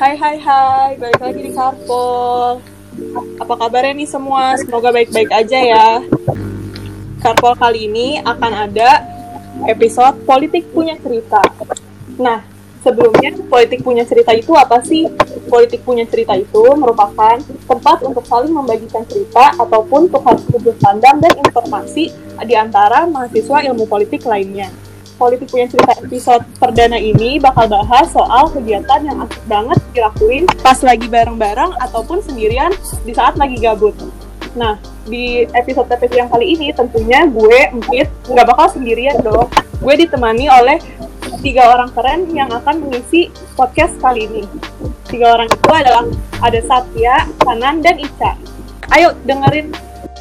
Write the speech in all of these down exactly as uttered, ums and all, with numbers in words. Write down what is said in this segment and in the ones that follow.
Hai hai hai, balik lagi di Karpol. Apa kabarnya nih semua? Semoga baik-baik aja ya. Karpol kali ini akan ada episode Politik Punya Cerita. Nah, sebelumnya Politik Punya Cerita itu apa sih? Politik Punya Cerita itu merupakan tempat untuk saling membagikan cerita ataupun tukar sudut pandang dan informasi di antara mahasiswa ilmu politik lainnya. Politik Punya Cerita episode perdana ini bakal bahas soal kegiatan yang asik banget dilakuin pas lagi bareng-bareng ataupun sendirian di saat lagi gabut. Nah, di episode-episode yang kali ini tentunya gue, Empit, nggak bakal sendirian dong. Gue ditemani oleh tiga orang keren yang akan mengisi podcast kali ini. Tiga orang itu adalah ada Satya, Hanan, dan Ica. Ayo dengerin.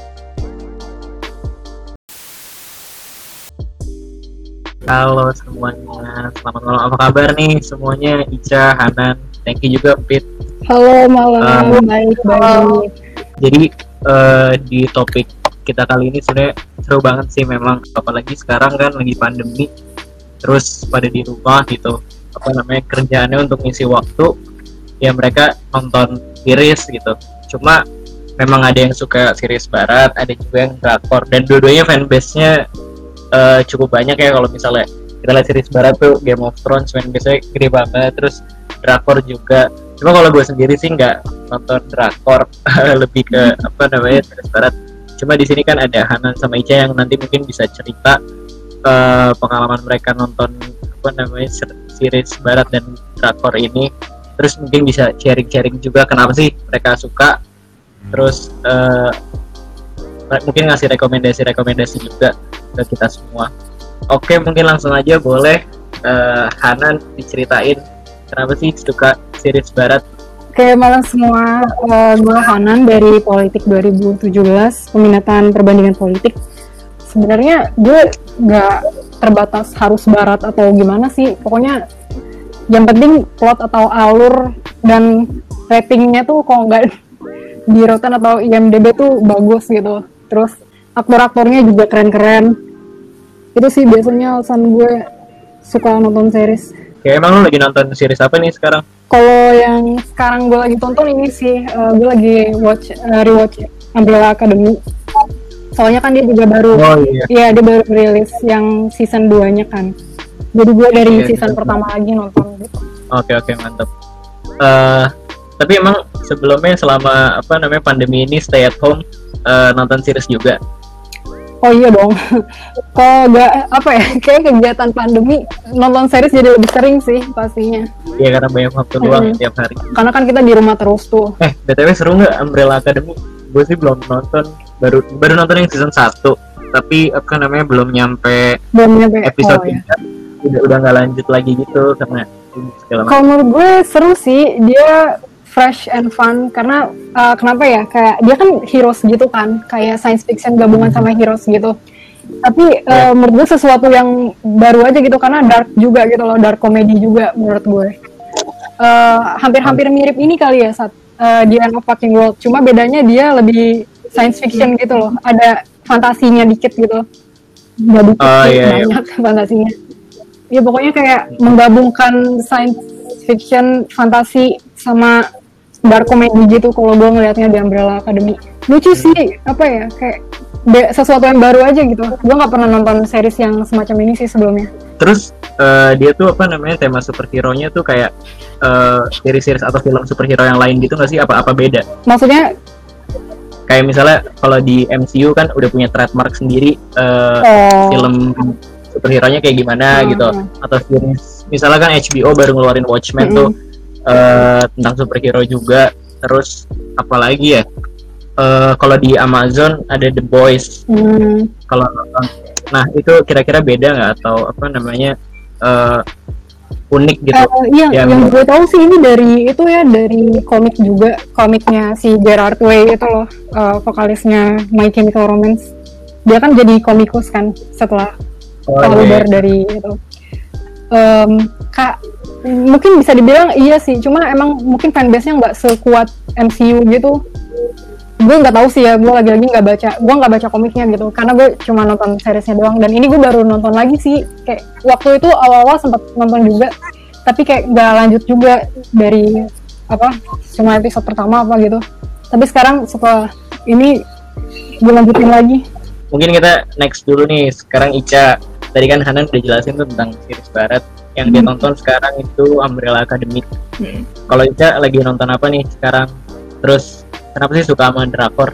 Halo semuanya, selamat malam. Apa kabar nih semuanya? Ica, Hanan, thank you juga Pit. Halo malam, um, baik-baik. Jadi uh, di topik kita kali ini sebenarnya seru banget sih memang, apalagi sekarang kan lagi pandemi, terus pada di rumah gitu, apa namanya kerjaannya untuk ngisi waktu, ya mereka nonton series gitu. Cuma memang ada yang suka series barat, ada juga yang drakor, dan dua-duanya fanbase-nya Uh, cukup banyak ya. Kalau misalnya kita lihat series barat tuh Game of Thrones main biasanya gede banget, terus drakor juga. Cuma kalau gue sendiri sih nggak nonton drakor, lebih ke apa namanya series barat. Cuma di sini kan ada Hanan sama Ica yang nanti mungkin bisa cerita uh, pengalaman mereka nonton apa namanya series barat dan drakor ini. Terus mungkin bisa sharing-sharing juga kenapa sih mereka suka. Terus uh, mungkin ngasih rekomendasi-rekomendasi juga ke kita semua. Oke, mungkin langsung aja boleh uh, Hanan diceritain kenapa sih suka series barat. Oke, malam semua. Uh, gue Hanan dari Politik dua ribu tujuh belas, peminatan perbandingan politik. Sebenarnya gue nggak terbatas harus barat atau gimana sih. Pokoknya yang penting plot atau alur dan ratingnya tuh kalau nggak di Rotten atau I M D B tuh bagus gitu. Terus aktor-aktornya juga keren-keren. Itu sih biasanya alasan gue suka nonton series. Oke, emang lu lagi nonton series apa nih sekarang? Kalau yang sekarang gue lagi tonton ini sih, uh, gue lagi watch uh, rewatch Umbrella Academy. Soalnya kan dia juga baru, oh, iya. ya dia baru rilis yang season dua-nya kan. Jadi gue dari okay, season okay. pertama lagi nonton gitu. Oke okay, oke okay, mantap. Uh, tapi emang sebelumnya selama apa namanya pandemi ini stay at home, uh, nonton series juga? Oh iya dong. Kalau nggak apa ya, kayak kegiatan pandemi nonton series jadi lebih sering sih pastinya. Iya, karena banyak waktu luang hmm. tiap hari. Karena kan kita di rumah terus tuh. Eh, B T W seru nggak Umbrella Academy? Gue sih belum nonton, baru baru nonton yang season satu, tapi apa namanya belum nyampe, belum nyampe episode oh, ya. tiga. Udah udah nggak lanjut lagi gitu karena segala macam. Kalau menurut gue seru sih, dia fresh and fun karena uh, kenapa ya, kayak dia kan heroes gitu kan, kayak science fiction gabungan sama heroes gitu. Tapi yeah. uh, menurut gue sesuatu yang baru aja gitu karena dark juga gitu loh, dark comedy juga menurut gue. Uh, hampir-hampir mirip ini kali ya saat uh, The End of Fucking World, cuma bedanya dia lebih science fiction gitu loh, ada fantasinya dikit gitu. Gak dikit oh, sih, yeah, banyak yeah. fantasinya. Ya pokoknya kayak menggabungkan science fiction, fantasi sama dark comedy gitu kalau gue ngelihatnya di Umbrella Academy. Lucu sih, apa ya, kayak de- sesuatu yang baru aja gitu. Gue nggak pernah nonton series yang semacam ini sih sebelumnya. Terus uh, dia tuh apa namanya tema superhero-nya tuh kayak uh, series-series atau film superhero yang lain gitu nggak sih? Apa-apa beda? Maksudnya? Kayak misalnya kalau di M C U kan udah punya trademark sendiri uh, oh. film superhero-nya kayak gimana hmm. gitu. Atau series, misalnya kan H B O baru ngeluarin Watchmen hmm. tuh. Uh, tentang superhero juga. Terus apalagi ya, uh, kalau di Amazon ada The Boys. hmm. Kalau nah itu kira-kira beda nggak atau apa namanya uh, unik gitu? Uh, iya, yang, yang gue tahu sih ini dari itu ya, dari komik juga, komiknya si Gerard Way itu loh, uh, vokalisnya My Chemical Romance. Dia kan jadi komikus kan setelah oh, keluar yeah. dari itu. Um, kak mungkin bisa dibilang iya sih, cuma emang mungkin fanbase-nya nggak sekuat M C U gitu. Gue nggak tahu sih ya, gue lagi-lagi nggak baca, gue nggak baca komiknya gitu, karena gue cuma nonton seriesnya doang. Dan ini gue baru nonton lagi sih, kayak waktu itu awal-awal sempat nonton juga, tapi kayak nggak lanjut juga dari apa cuma episode pertama apa gitu. Tapi sekarang setelah ini gue lanjutin lagi. Mungkin kita next dulu nih. Sekarang Ica, tadi kan Hanan udah jelasin tuh tentang series barat yang dia tonton sekarang itu Umbrella Academy. Hmm. Kalau Ica lagi nonton apa nih sekarang? Terus kenapa sih suka sama drakor?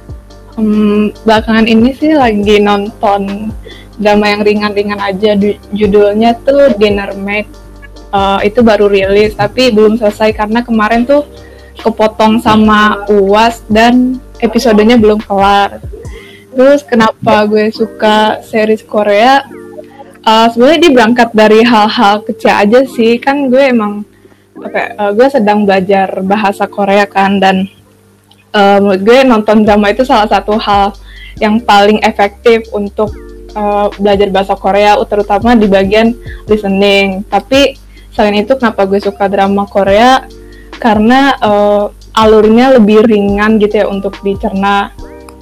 Hmm, belakangan ini sih lagi nonton drama yang ringan-ringan aja. Judulnya tuh Dinner Maid. Uh, itu baru rilis tapi belum selesai karena kemarin tuh kepotong sama U A S dan episodenya belum kelar. Terus kenapa gue suka series Korea? Uh, sebenarnya dia berangkat dari hal-hal kecil aja sih. Kan gue emang apa? Uh, gue sedang belajar bahasa Korea kan, dan uh, menurut gue nonton drama itu salah satu hal yang paling efektif untuk uh, belajar bahasa Korea, terutama di bagian listening. Tapi selain itu kenapa gue suka drama Korea? Karena uh, alurnya lebih ringan gitu ya untuk dicerna.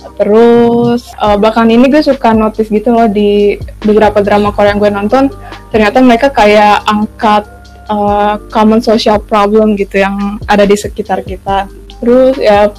Terus uh, belakangan ini gue suka notice gitu loh di beberapa drama Korea yang gue nonton, ternyata mereka kayak angkat uh, common social problem gitu yang ada di sekitar kita. Terus ya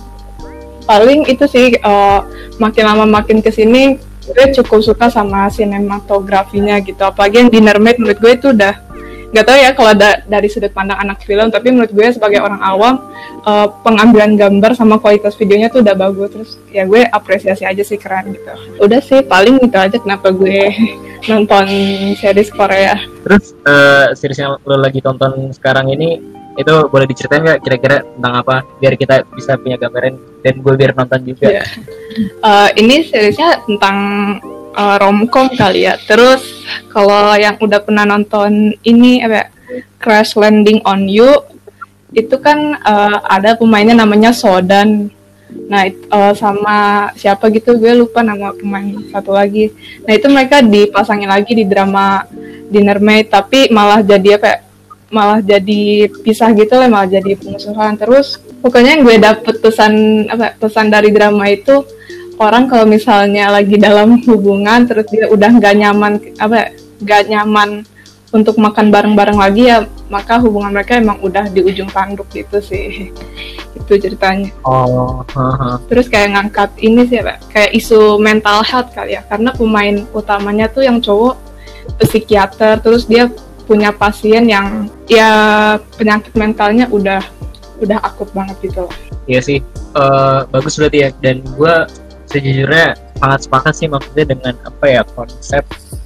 paling itu sih uh, makin lama makin kesini gue cukup suka sama sinematografinya gitu. Apalagi yang Dinner Maid menurut gue itu udah nggak tahu ya kalau da- dari sudut pandang anak film, tapi menurut gue sebagai orang awam uh, pengambilan gambar sama kualitas videonya tuh udah bagus. Terus ya gue apresiasi aja sih, keren gitu. Udah sih paling itu aja kenapa gue nonton series Korea. Terus uh, series yang lo lagi tonton sekarang ini itu boleh diceritain nggak kira-kira tentang apa biar kita bisa punya gambaran dan gue biar nonton juga. Yeah. Uh, ini seriesnya tentang Uh, romcom kali ya. Terus kalau yang udah pernah nonton ini apa Crash Landing on You, itu kan uh, ada pemainnya namanya Sodan. Nah it, uh, sama siapa gitu gue lupa nama pemain satu lagi. Nah itu mereka dipasangin lagi di drama Dinner Maid, tapi malah jadi apa malah jadi pisah gitu lah, malah jadi pengusuhan. Terus pokoknya yang gue dapet pesan apa pesan dari drama itu, orang kalau misalnya lagi dalam hubungan terus dia udah nggak nyaman apa nggak nyaman untuk makan bareng-bareng lagi, ya maka hubungan mereka emang udah di ujung tanduk gitu sih. Itu ceritanya. Oh. Uh-huh. Terus kayak ngangkat ini sih Pak, kayak isu mental health kali ya, karena pemain utamanya tuh yang cowok psikiater, terus dia punya pasien yang ya penyakit mentalnya udah udah akut banget gitu loh. Iya sih, uh, bagus berarti ya. Dan gue sejujurnya sangat sepakat sih maksudnya dengan apa ya konsep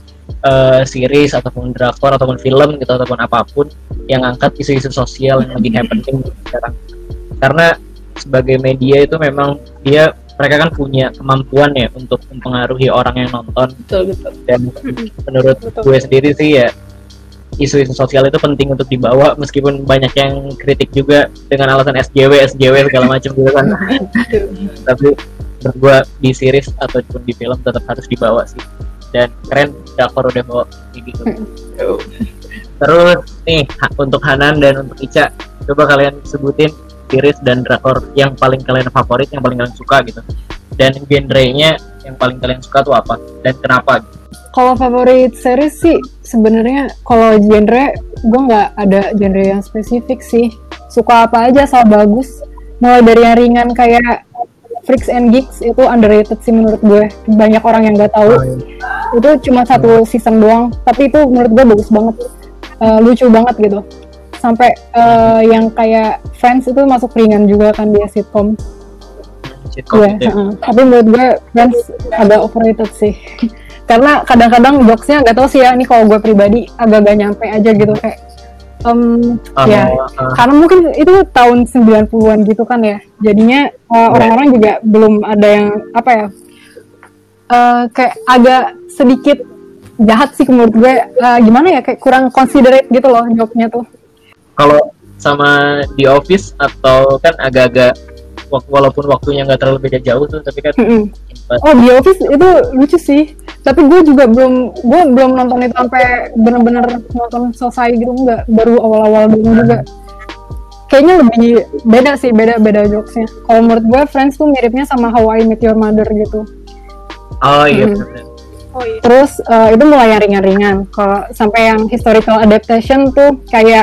uh, series ataupun drakor ataupun film gitu ataupun apapun yang angkat isu-isu sosial yang lagi happening sekarang. Karena sebagai media itu memang dia mereka kan punya kemampuan ya untuk mempengaruhi orang yang nonton. Betul betul. Dan menurut betul. gue sendiri sih ya isu-isu sosial itu penting untuk dibawa meskipun banyak yang kritik juga dengan alasan S J W S J W segala macam gitu kan. Tapi menurut gue di series ataupun di film tetap harus dibawa sih, dan keren drakor udah bawa kayak gitu. Terus nih untuk Hanan dan untuk Ica, coba kalian sebutin series dan drakor yang paling kalian favorit, yang paling kalian suka gitu, dan genrenya yang paling kalian suka tuh apa dan kenapa gitu. Kalau favorit series sih sebenarnya kalau genre gue nggak ada genre yang spesifik sih, suka apa aja asal bagus. Mulai dari yang ringan kayak Freaks and Geeks itu underrated sih menurut gue, banyak orang yang nggak tahu. Oh, iya. Itu cuma satu season doang, tapi itu menurut gue bagus banget, uh, lucu banget gitu. Sampai uh, yang kayak Friends itu masuk ringan juga kan, dia sitcom. Sitcom yeah, uh, tapi menurut gue Friends agak overrated sih. Karena kadang-kadang jokesnya nggak tahu sih ya, ini kalau gue pribadi agak gak nyampe aja gitu kayak. Um, uh, ya, uh, karena mungkin itu tahun sembilan puluhan gitu kan ya, jadinya uh, orang-orang juga belum ada yang apa ya, uh, kayak agak sedikit jahat sih menurut gue, uh, gimana ya, kayak kurang considerate gitu loh joknya tuh. Kalau sama The Office atau kan agak-agak walaupun waktunya nggak terlalu beda jauh tuh, tapi kan mm-hmm. Oh The Office itu lucu sih, tapi gue juga belum gue belum nonton itu sampai benar-benar nonton selesai gitu, enggak, baru awal-awal dulu juga. Kayaknya lebih beda sih, beda-beda jokesnya. Kalau menurut gue Friends tuh miripnya sama How I Met Your Mother gitu. Oh iya hmm. benar. Oh, iya. Terus uh, itu mulai yang ringan-ringan. Kalau sampai yang historical adaptation tuh kayak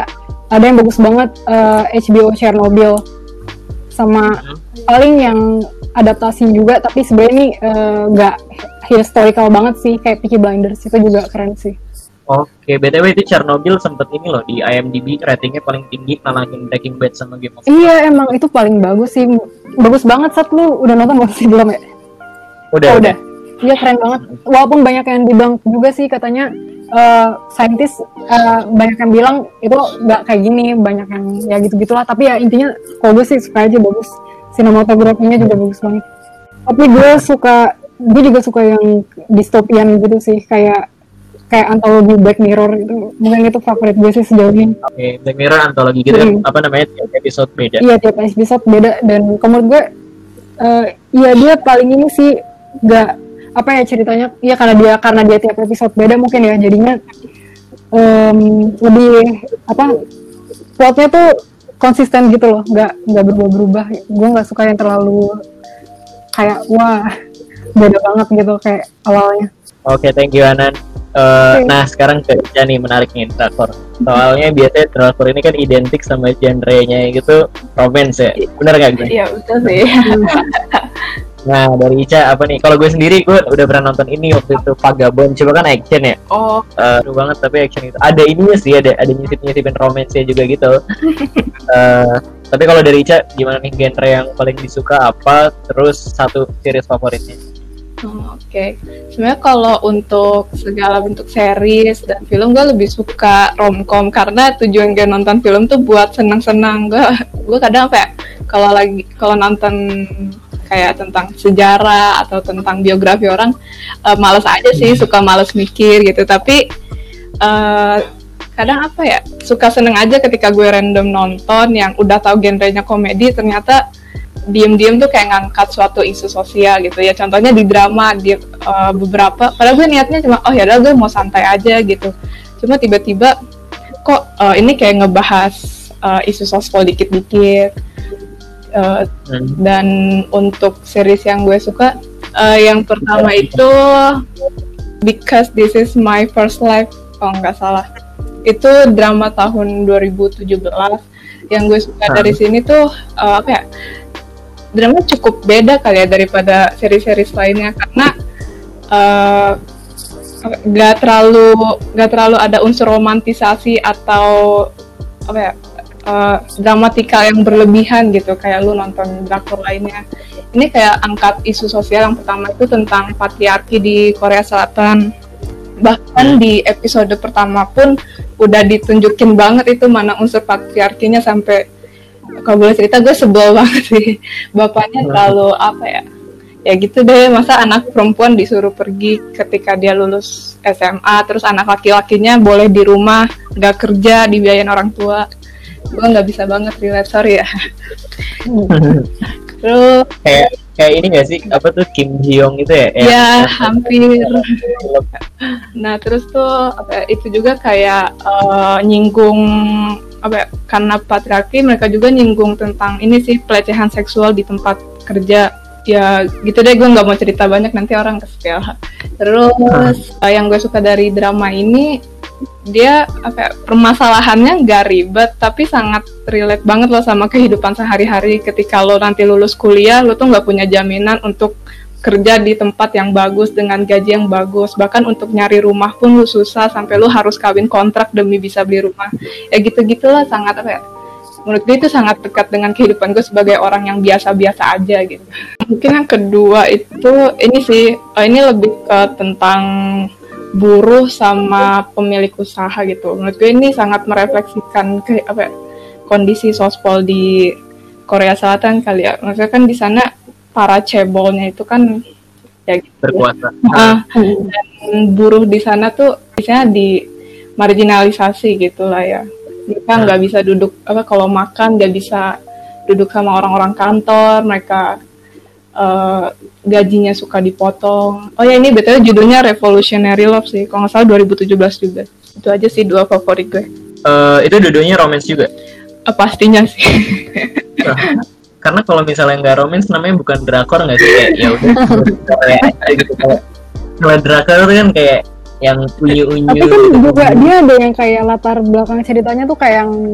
ada yang bagus banget uh, H B O Chernobyl, sama paling yang adaptasi juga tapi sebenarnya ini nggak uh, historical banget sih, kayak Peaky Blinders itu juga keren sih. Oke, B T W itu Chernobyl sempet ini loh di I M D B ratingnya paling tinggi, ngalahin Breaking Bad sama Game of Thrones. Iya, emang itu paling bagus sih, bagus banget. Saat lu udah nonton belum sih? Belum ya? Udah. Oh, udah. Iya, keren banget. Walaupun banyak yang dibilang juga sih katanya uh, saintis uh, banyak yang bilang itu nggak kayak gini, banyak yang ya gitu-gitulah. Tapi ya intinya kalau gue sih suka aja, bagus. Sinematografinya juga bagus banget. Tapi gue suka, gue juga suka yang dystopian gitu sih, kayak kayak antologi Black Mirror itu, mungkin itu favorit gue sih sejauh ini. Oke, okay, Black Mirror antologi gitu hmm. kan, apa namanya, tiap episode beda. Iya, tiap episode beda, dan menurut gue uh, iya dia paling ini sih nggak apa ya ceritanya, iya karena dia karena dia tiap episode beda mungkin ya, jadinya um, lebih apa plotnya tuh konsisten gitu loh, nggak nggak berubah-berubah. Gue nggak suka yang terlalu kayak wah beda banget gitu kayak awalnya. Oke, okay, thank you Anan. Uh, okay. Nah sekarang ke Ica nih, menarik nih drakor. Soalnya biasanya drakor ini kan identik sama genre-nya gitu romance ya, bener nggak gue? Iya betul sih. Nah dari Ica apa nih? Kalau gue sendiri gue udah pernah nonton ini waktu itu Vagabond, coba kan action ya. Oh. Uh, seru banget tapi action itu. Ada ininya sih, ada ada nyisip-nyisipin romance-nya juga gitu. uh, tapi kalau dari Ica gimana nih, genre yang paling disuka apa? Terus satu series favoritnya? Oh, Oke, okay. Sebenarnya kalau untuk segala bentuk series dan film gue lebih suka romcom, karena tujuan gue nonton film tuh buat senang-senang. Gue gue kadang apa ya, kalau lagi kalau nonton kayak tentang sejarah atau tentang biografi orang, uh, males aja sih, suka males mikir gitu. Tapi uh, kadang apa ya, suka seneng aja ketika gue random nonton yang udah tahu genrenya komedi, ternyata diem-diem tuh kayak ngangkat suatu isu sosial gitu ya. Contohnya di drama, di uh, beberapa, padahal gue niatnya cuma oh ya udah gue mau santai aja gitu, cuma tiba-tiba kok uh, ini kayak ngebahas uh, isu sosial dikit-dikit. uh, hmm. Dan untuk series yang gue suka, uh, yang pertama itu Because This Is My First Life, kalau nggak salah, itu drama tahun dua ribu tujuh belas. Yang gue suka hmm. dari sini tuh uh, apa ya, drama cukup beda kali ya daripada seri-seri lainnya, karena uh, gak terlalu gak terlalu ada unsur romantisasi atau apa ya, uh, dramatikal yang berlebihan gitu kayak lu nonton drakor lainnya. Ini kayak angkat isu sosial. Yang pertama itu tentang patriarki di Korea Selatan. Bahkan di episode pertama pun udah ditunjukin banget itu mana unsur patriarkinya, sampai kalau boleh cerita gue sebel banget sih, bapaknya terlalu apa ya, ya gitu deh, masa anak perempuan disuruh pergi ketika dia lulus S M A, terus anak laki-lakinya boleh di rumah, gak kerja, dibiayain orang tua. Gue gak bisa banget relate, sorry ya. Terus kayak kayak ini gak sih, apa tuh Kim Hyung itu ya? Ya, hampir. Nah terus tuh apa, itu juga kayak uh, nyinggung apa ya, karena patriarki mereka juga nyinggung tentang ini sih, pelecehan seksual di tempat kerja. Ya gitu deh, gue nggak mau cerita banyak nanti orang kesel. Terus uh, yang gue suka dari drama ini, dia apa ya, permasalahannya nggak ribet tapi sangat relate banget loh sama kehidupan sehari-hari. Ketika lo nanti lulus kuliah, lo tuh nggak punya jaminan untuk kerja di tempat yang bagus dengan gaji yang bagus, bahkan untuk nyari rumah pun lu susah, sampai lu harus kawin kontrak demi bisa beli rumah. Ya gitu-gitulah, sangat apa ya, menurut gue itu sangat dekat dengan kehidupan gue sebagai orang yang biasa-biasa aja gitu. Mungkin yang kedua itu ini sih, ini lebih ke tentang buruh sama pemilik usaha gitu. Menurut gue ini sangat merefleksikan ke apa ya, kondisi sospol di Korea Selatan kali ya. Maksudnya kan di sana para cebolnya itu kan ya gitu, berkuasa. Uh, dan buruh di sana tuh biasanya di marginalisasi gitulah ya. Mereka nggak hmm. bisa duduk apa, kalau makan nggak bisa duduk sama orang-orang kantor, mereka uh, gajinya suka dipotong. Oh ya, ini betulnya judulnya Revolutionary Love sih, kalau nggak salah dua ribu tujuh belas juga. Itu aja sih dua favorit gue. Uh, itu dua-duanya romance juga? Uh, pastinya sih. Karena kalau misalnya nggak romance namanya bukan drakor nggak sih, kayak ya udah kayak gitu. Kalau drakor kan kayak yang unyu-unyu. Tapi kan juga dia ada yang kayak latar belakang ceritanya tuh kayak yang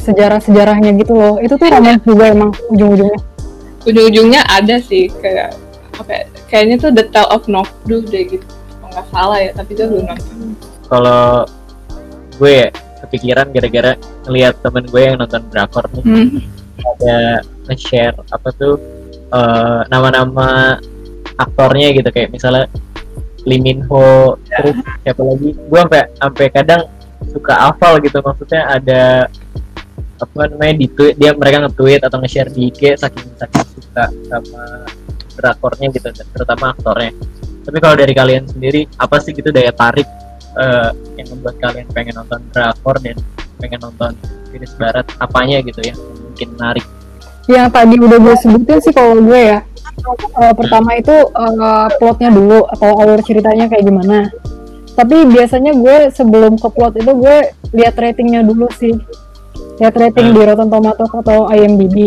sejarah-sejarahnya gitu loh. Itu tuh romance juga emang ujung-ujungnya. Ujung-ujungnya ada sih kayak apa ya, kayaknya tuh The Tale of Nokdu deh gitu kalau nggak salah ya, tapi gue belum nonton. Kalau gue ya kepikiran gara-gara ngeliat temen gue yang nonton drakor nih, hmm. ada nge-share apa tuh uh, nama-nama aktornya gitu, kayak misalnya Lee Min Ho, ya. Terus siapa lagi, gue sampai sampai kadang suka hafal gitu, maksudnya ada apa namanya di tweet dia, mereka nge-tweet atau nge-share di I G saking saking suka sama drakornya gitu, terutama aktornya. Tapi kalau dari kalian sendiri apa sih gitu daya tarik uh, yang membuat kalian pengen nonton drakor dan pengen nonton series barat, apanya gitu ya yang mungkin menarik? Yang tadi udah gue sebutin sih kalau gue ya, uh, pertama itu uh, plotnya dulu atau alur ceritanya kayak gimana. Tapi biasanya gue sebelum ke plot itu gue lihat ratingnya dulu sih, lihat rating hmm. di Rotten Tomatoes atau I M D B.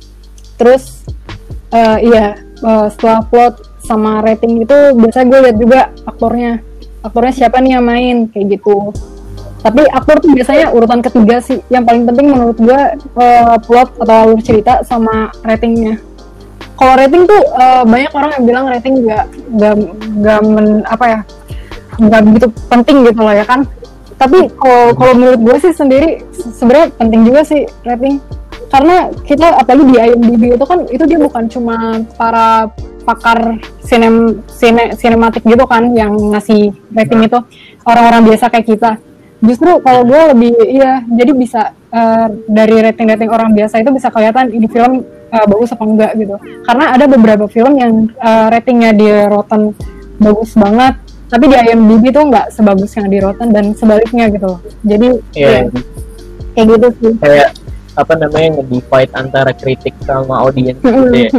Terus uh, iya uh, setelah plot sama rating itu biasanya gue lihat juga aktornya, aktornya siapa nih yang main kayak gitu. Tapi aktor tuh biasanya urutan ketiga sih. Yang paling penting menurut gue uh, plot atau alur cerita sama ratingnya. Kalau rating tuh uh, banyak orang yang bilang rating nggak nggak nggak apa ya nggak begitu penting gitu loh ya kan. Tapi kalau kalau menurut gue sih sendiri sebenarnya penting juga sih rating, karena kita apalagi di I M D B itu kan itu dia bukan cuma para pakar sinem sine, sinematik gitu kan yang ngasih rating itu, orang-orang biasa kayak kita. Justru kalau gue lebih iya, jadi bisa uh, dari rating-rating orang biasa itu bisa kelihatan ini film uh, bagus apa enggak gitu. Karena ada beberapa film yang uh, ratingnya di Rotten bagus banget, tapi di I M D B tuh nggak sebagus yang di Rotten dan sebaliknya gitu. Jadi yeah. ya, kayak gitu sih. Kayak apa namanya nge-divide antara kritik sama audiens gitu ya.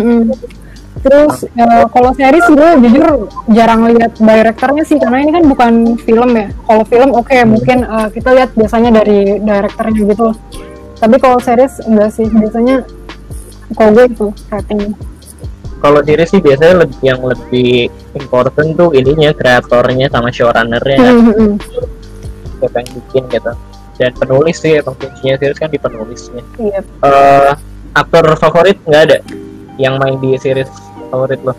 Terus uh, kalau series gue jujur jarang lihat direkturnya sih, karena ini kan bukan film ya. Kalau film oke okay, mungkin uh, kita lihat biasanya dari direkturnya gitu. Tapi kalau series enggak sih, biasanya kalau gue itu rating. Kalau series sih biasanya lebih, yang lebih important tuh ininya, kreatornya sama showrunnernya, mm-hmm. siapa yang bikin gitu. Dan penulis sih, emang kuncinya series kan di penulisnya. Yep. Uh, aktor favorit nggak ada yang main di series favorit lo?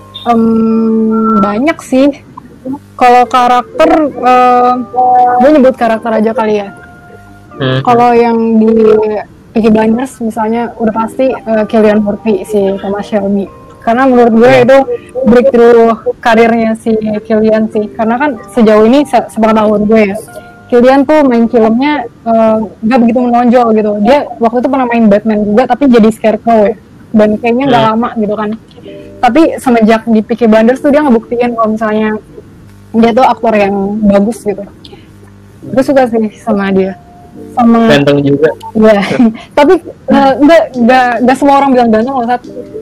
Um, banyak sih. Kalau karakter, uh, gue nyebut karakter aja kali ya. Hmm. Kalau yang di Peaky Blinders misalnya udah pasti uh, Cillian Murphy si Thomas Shelby. Karena menurut gue itu breakthrough karirnya si Cillian sih. Karena kan sejauh ini se- sepengetahuan gue ya, Cillian tuh main filmnya uh, gak begitu menonjol gitu. Dia waktu itu pernah main Batman juga, tapi jadi Scarecrow ya. Dan kayaknya gak hmm. lama gitu kan. Tapi semenjak di Peaky Blinders tuh dia ngebuktiin kalau misalnya dia tuh aktor yang bagus gitu. Gue suka sih sama dia. Sama ganteng juga. Iya. Tapi uh, enggak, enggak, enggak semua orang bilang ganteng loh, Sat.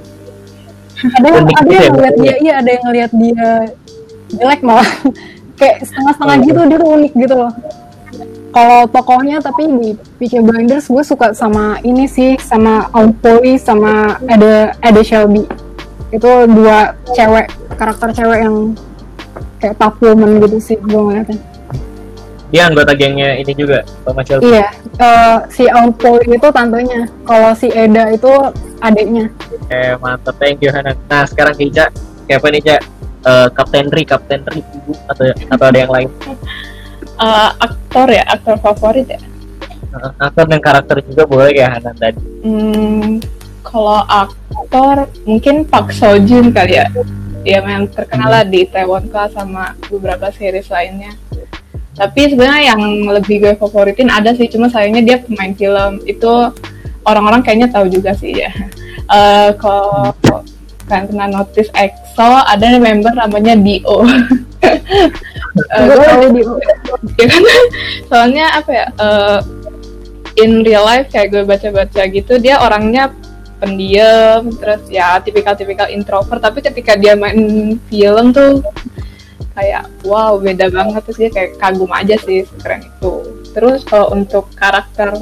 Ada yang, ada yang ngeliat dia, iya ada yang ngeliat dia jelek malah. Kayak setengah-setengah gitu, dia tuh unik gitu loh. Kalau tokohnya tapi di Peaky Blinders gue suka sama ini sih, sama Aunt Polly sama ada ada Shelby. Itu dua cewek, karakter cewek yang kayak tough woman gitu sih gue ngeliatnya. Dia anggota gengnya ini juga, Thomas Shelby. Iya, uh, si Aunt Polly itu tantenya, kalau si Eda itu adiknya. Eh mantap, thank you Hanan. Nah sekarang Ica, siapa nih Ica? Uh, Kapten Ri, Kapten Ri ibu atau atau ada yang lain? Uh, aktor ya, aktor favorit ya. Uh, aktor dan karakter juga boleh ya Hanan tadi. Hmm, kalau aktor mungkin Park Seo Joon kali ya. Dia yang terkenal lah di Taiwan Class sama beberapa series lainnya. Tapi sebenarnya yang lebih gue favoritin ada sih, cuma sayangnya dia pemain film. Itu orang-orang kayaknya tahu juga sih ya. Uh, kalau kalian pernah notice E X O, ada member namanya Dio. uh, gue tahu Dio. Ya kan? Soalnya apa ya? Uh, in real life kayak gue baca-baca gitu, dia orangnya pendiam, terus ya tipikal-tipikal introvert. Tapi ketika dia main film tuh kayak wow beda banget, terus dia kayak kagum aja sih, keren itu. Terus kalau untuk karakter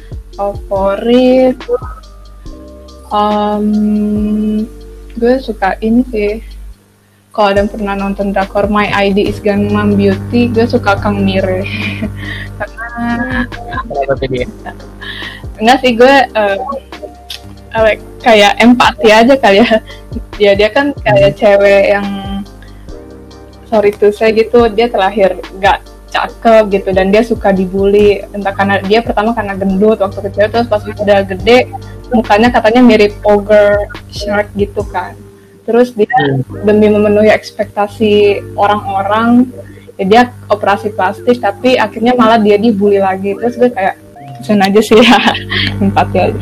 favorit, um, gue suka ini sih. Kalau ada yang pernah nonton drakor My I D is Gangnam Beauty, gue suka Kang Mire. Karena kenapa dia? enggak sih gue uh, uh, kayak empati aja kali ya. Ya dia kan kayak cewek yang sorry to say gitu, dia terlahir nggak cakep gitu dan dia suka dibully, entah karena dia pertama karena gendut waktu kecil, terus pas udah gede mukanya katanya mirip ogre shark gitu kan, terus dia demi memenuhi ekspektasi orang-orang ya dia operasi plastik tapi akhirnya malah dia dibully lagi, terus gue kayak kasian aja sih ya. Empati aja.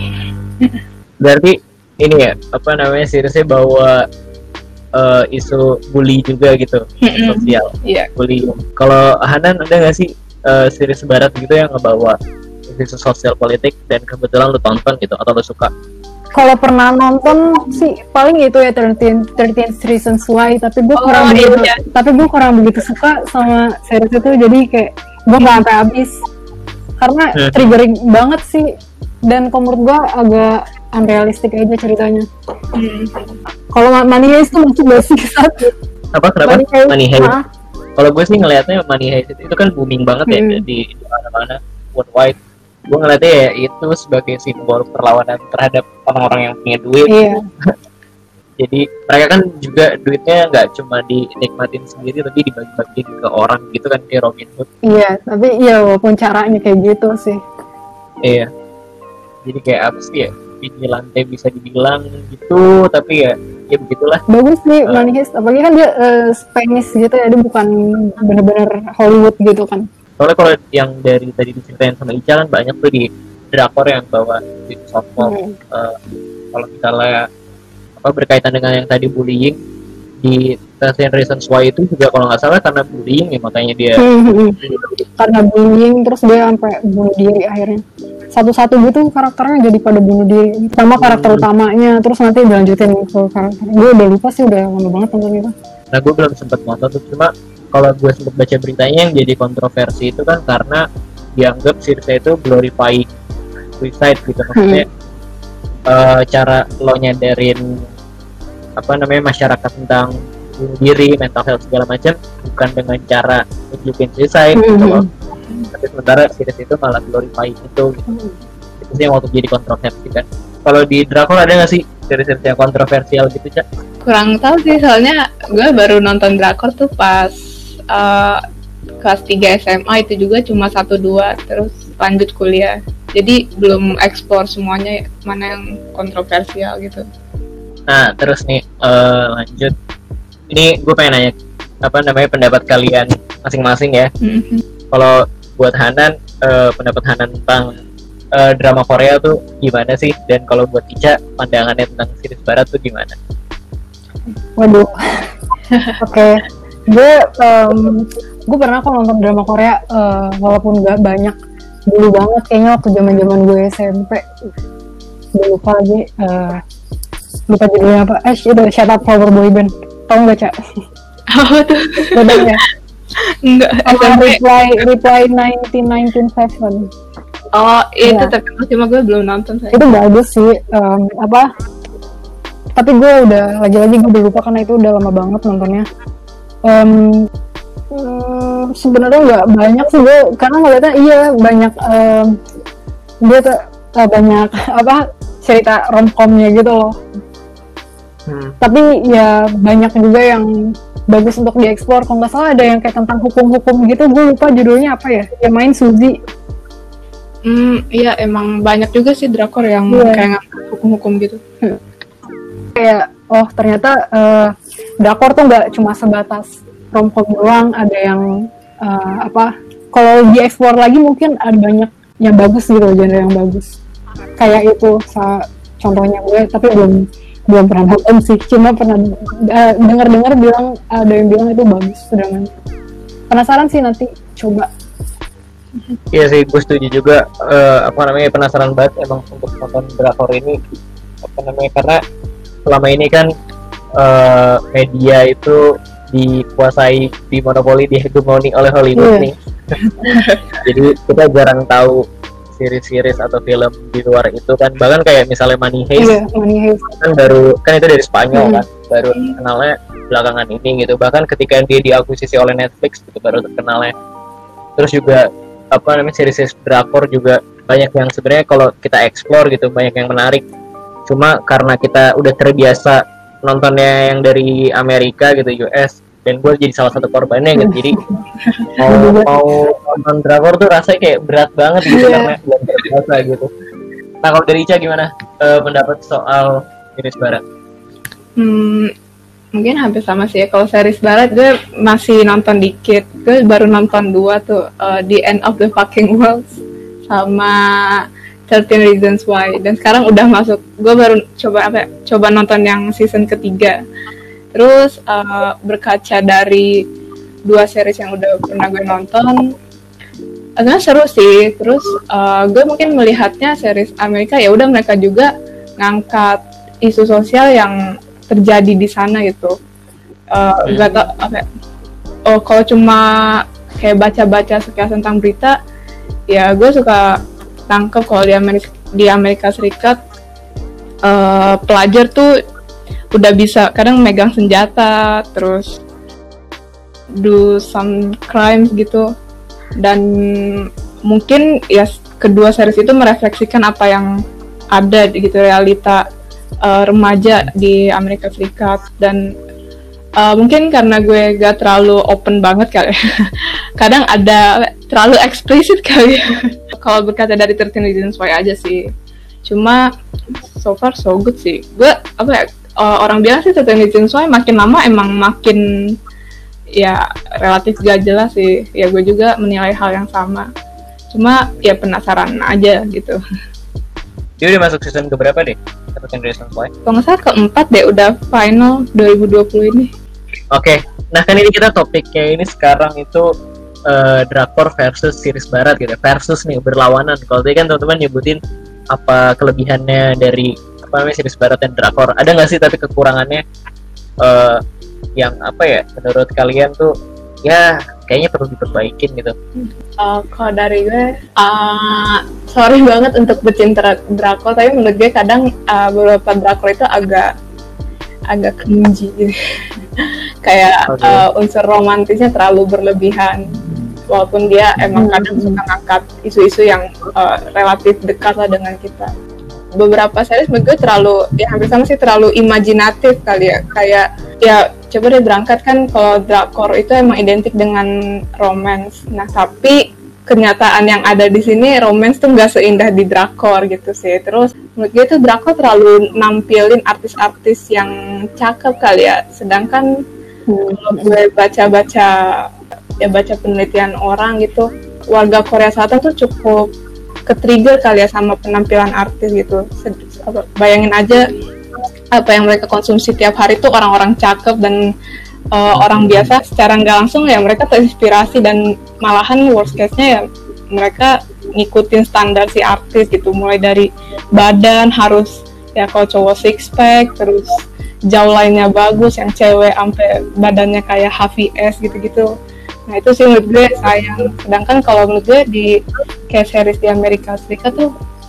Berarti ini ya apa namanya seriesnya bawa uh, isu bully juga gitu, Mm-mm. sosial, Iya. bully. Kalau Hanan ada nggak sih uh, series barat gitu yang ngebawa isu sosial politik dan kebetulan lu tonton gitu atau lu suka? Kalau pernah nonton sih paling itu ya thirteen Reasons Why, tapi gue Oh, kurang begitu, iya. tapi gue kurang begitu suka sama series itu, jadi kayak gue nggak sampai habis karena Hmm. triggering banget sih, dan kalau menurut gue agak unrealistik aja ceritanya. Hmm. Kalau Money Heist itu masuk gak sih satu? Apa kenapa? Money Heist. Money Heist. Ah, Kalau gue sih ngelihatnya Money Heist itu, itu kan booming banget ya Hmm. di di mana-mana worldwide. Gue ngelihatnya ya itu sebagai simbol perlawanan terhadap orang-orang yang punya duit. iya. Jadi mereka kan juga duitnya nggak cuma dinikmatin sendiri tapi dibagi-bagiin ke orang gitu kan, kayak Robin Hood. Iya, tapi iya walaupun caranya kayak gitu sih. Iya. Jadi kayak apa sih ya? Vigilante bisa dibilang gitu, tapi ya ya begitulah. Bagus nih Uh. Money Heist, apalagi kan dia eh, Spanish gitu ya, dia bukan bener-bener Hollywood gitu kan. Soalnya kalau yang dari tadi diceritain sama Ica kan banyak tuh di drakor yang bawa di softball. Hmm. Uh, kalau misalnya apa berkaitan dengan yang tadi bullying di thirteen Reasons Why itu juga kalau nggak salah karena bullying ya makanya dia Hmm, hmm. Karena bullying terus dia sampai bunuh diri akhirnya. Satu-satu gitu karakternya jadi pada bunuh diri. Sama karakter utamanya, terus nanti dilanjutin ke karakter. Gue udah lupa sih, udah lama banget nonton itu. Nah gue belum sempat nonton tuh, cuma kalau gue sempat baca beritanya yang jadi kontroversi itu kan karena dianggap series itu glorifying suicide gitu, maksudnya eh, cara lo nyadarin apa namanya masyarakat tentang bunuh diri, mental health segala macam bukan dengan cara nunjukin suicide gitu loh. Tapi sementara series itu malah glorifying itu gitu. Itu sih yang waktu jadi kontroversi kan. Kalau di drakor ada nggak sih series-series yang kontroversial gitu, Cak? Kurang tahu sih, soalnya gue baru nonton drakor tuh pas uh, kelas tiga S M A, itu juga cuma satu dua, terus lanjut kuliah. Jadi belum explore semuanya mana yang kontroversial gitu. Nah terus nih eh, lanjut, ini gue pengen nanya apa namanya pendapat kalian masing-masing ya. Mhm. Kalau buat Hanan, eh, pendapat Hanan tentang eh, drama Korea tuh gimana sih? Dan kalau buat Ica, pandangannya tentang series barat tuh gimana? Waduh. Oke. Gue um, gue pernah kok nonton drama Korea, eh, walaupun gak banyak. Dulu banget kayaknya waktu zaman-zaman gue S M P. Gue lupa lagi. eh, lupa judulnya apa. Eh, itu Shut Up Flower Boy Band. Tau gak, Cak? Oh tuh, Bener ya? enggak S M Sama P. Reply, Reply nineteen ninety-seven. Oh itu Iya. terkenal, cuma gue belum nonton saya. Itu bagus sih. em, apa? Tapi gue udah, lagi-lagi gue udah lupa karena itu udah lama banget nontonnya. Em, Hmm, sebenarnya nggak banyak sih gue, karena ngeliatnya iya banyak um, dia tuh uh, banyak apa cerita romcomnya gitu loh. Hmm. Tapi ya banyak juga yang bagus untuk dieksplor. Kalau nggak salah ada yang kayak tentang hukum-hukum gitu, gue lupa judulnya apa ya. Yang main Suzy. Hmm, iya emang banyak juga sih drakor yang Iya. kayak ngangkat hukum-hukum gitu. Kayak oh ternyata uh, drakor tuh nggak cuma sebatas romcom doang, ada yang uh, apa kalau dieksplor lagi mungkin ada banyak yang bagus gitu, genre yang bagus kayak itu sa- contohnya gue, tapi belum belum pernah nonton sih, cuma pernah uh, dengar-dengar bilang ada yang bilang itu bagus, sedangkan penasaran sih nanti coba. Iya sih, gue setuju juga. eh, apa namanya penasaran banget emang untuk nonton drakor ini. Apa namanya karena selama ini kan eh, media itu dikuasai, dimonopoli, dihegemoni oleh Hollywood Iya. nih. Jadi kita jarang tahu series-series atau film di luar itu kan. Bahkan kayak misalnya Money Heist Iya, Money Heist. kan baru kan itu dari Spanyol Hmm. kan, baru terkenalnya belakangan ini gitu. Bahkan ketika dia diakuisisi oleh Netflix itu baru terkenalnya. Terus juga apa namanya series drakor juga banyak yang sebenarnya kalau kita explore gitu banyak yang menarik. Cuma karena kita udah terbiasa nontonnya yang dari Amerika gitu, U S, dan gue jadi salah satu korbannya gitu. Jadi mau mau nonton drakor tuh rasanya kayak berat banget gitu karena belum terbiasa gitu. Nah kalau dari Ica gimana uh, pendapat soal series barat? Hmm, mungkin hampir sama sih ya. Kalau series barat gue masih nonton dikit. Gue baru nonton dua tuh, uh, The End of the Fucking World sama thirteen Reasons Why. Dan sekarang udah masuk. Gue baru coba apa? Ya, coba nonton yang season ketiga. Terus uh, berkaca dari dua series yang udah pernah gue nonton, sebenarnya seru sih. Terus uh, gue mungkin melihatnya series Amerika ya udah mereka juga ngangkat isu sosial yang terjadi di sana gitu. Uh, gak tau apa. Oh kalau cuma kayak baca-baca sekilas tentang berita, ya gue suka tangkep kalau di Amerika di Amerika Serikat uh, pelajar tuh udah bisa kadang megang senjata, terus do some crimes gitu. Dan mungkin ya kedua series itu merefleksikan apa yang ada gitu realita uh, remaja di Amerika Serikat. Dan uh, mungkin karena gue gak terlalu open banget kali ya. Kadang ada terlalu eksplisit kali ya. Kalau berkata dari thirteen Reasons Why aja sih, cuma so far so good sih. Gue apa ya, uh, orang bilang sih thirteen Reasons Why makin lama emang makin ya relatif gak jelas sih. Ya gue juga menilai hal yang sama, cuma ya penasaran aja gitu. Dia udah masuk season keberapa deh? thirteen Reasons Why? Kalau nggak salah keempat deh, udah final dua ribu dua puluh ini. Oke, okay. Nah kan ini kita topiknya ini sekarang itu uh, drakor versus series barat gitu. Versus nih, berlawanan. Kalau tadi kan teman-teman nyebutin apa kelebihannya dari apa namanya series barat dan drakor. Ada nggak sih tapi kekurangannya uh, yang apa ya menurut kalian tuh ya kayaknya perlu diperbaikin gitu? Uh, kalau dari gue, uh, sorry banget untuk pecinta drakor, tapi menurut gue kadang uh, beberapa drakor itu agak agak cringy gitu. Kayak okay. uh, unsur romantisnya terlalu berlebihan, walaupun dia emang kadang suka ngangkat isu-isu yang uh, relatif dekat lah dengan kita. Beberapa series menurut gue terlalu, ya hampir sama sih, terlalu imajinatif kali ya. Kayak ya coba deh berangkat kan kalau drakor itu emang identik dengan romance. Nah tapi kenyataan yang ada di sini romance tuh nggak seindah di drakor gitu sih. Terus menurut gue tuh drakor terlalu nampilin artis-artis yang cakep kali ya. Sedangkan hmm. kalau gue baca-baca ya baca penelitian orang gitu, warga Korea Selatan tuh cukup ke-trigger kali ya sama penampilan artis gitu. Bayangin aja apa yang mereka konsumsi tiap hari tuh orang-orang cakep dan uh, orang biasa secara nggak langsung ya mereka terinspirasi, dan malahan worst case-nya ya mereka ngikutin standar si artis gitu, mulai dari badan harus ya kalau cowok six pack, terus jawlainya bagus, yang cewek sampai badannya kayak H V S gitu-gitu. Nah itu sih menurut gue sayang. Sedangkan kalau menurut gue di kayak series di Amerika Serikat tuh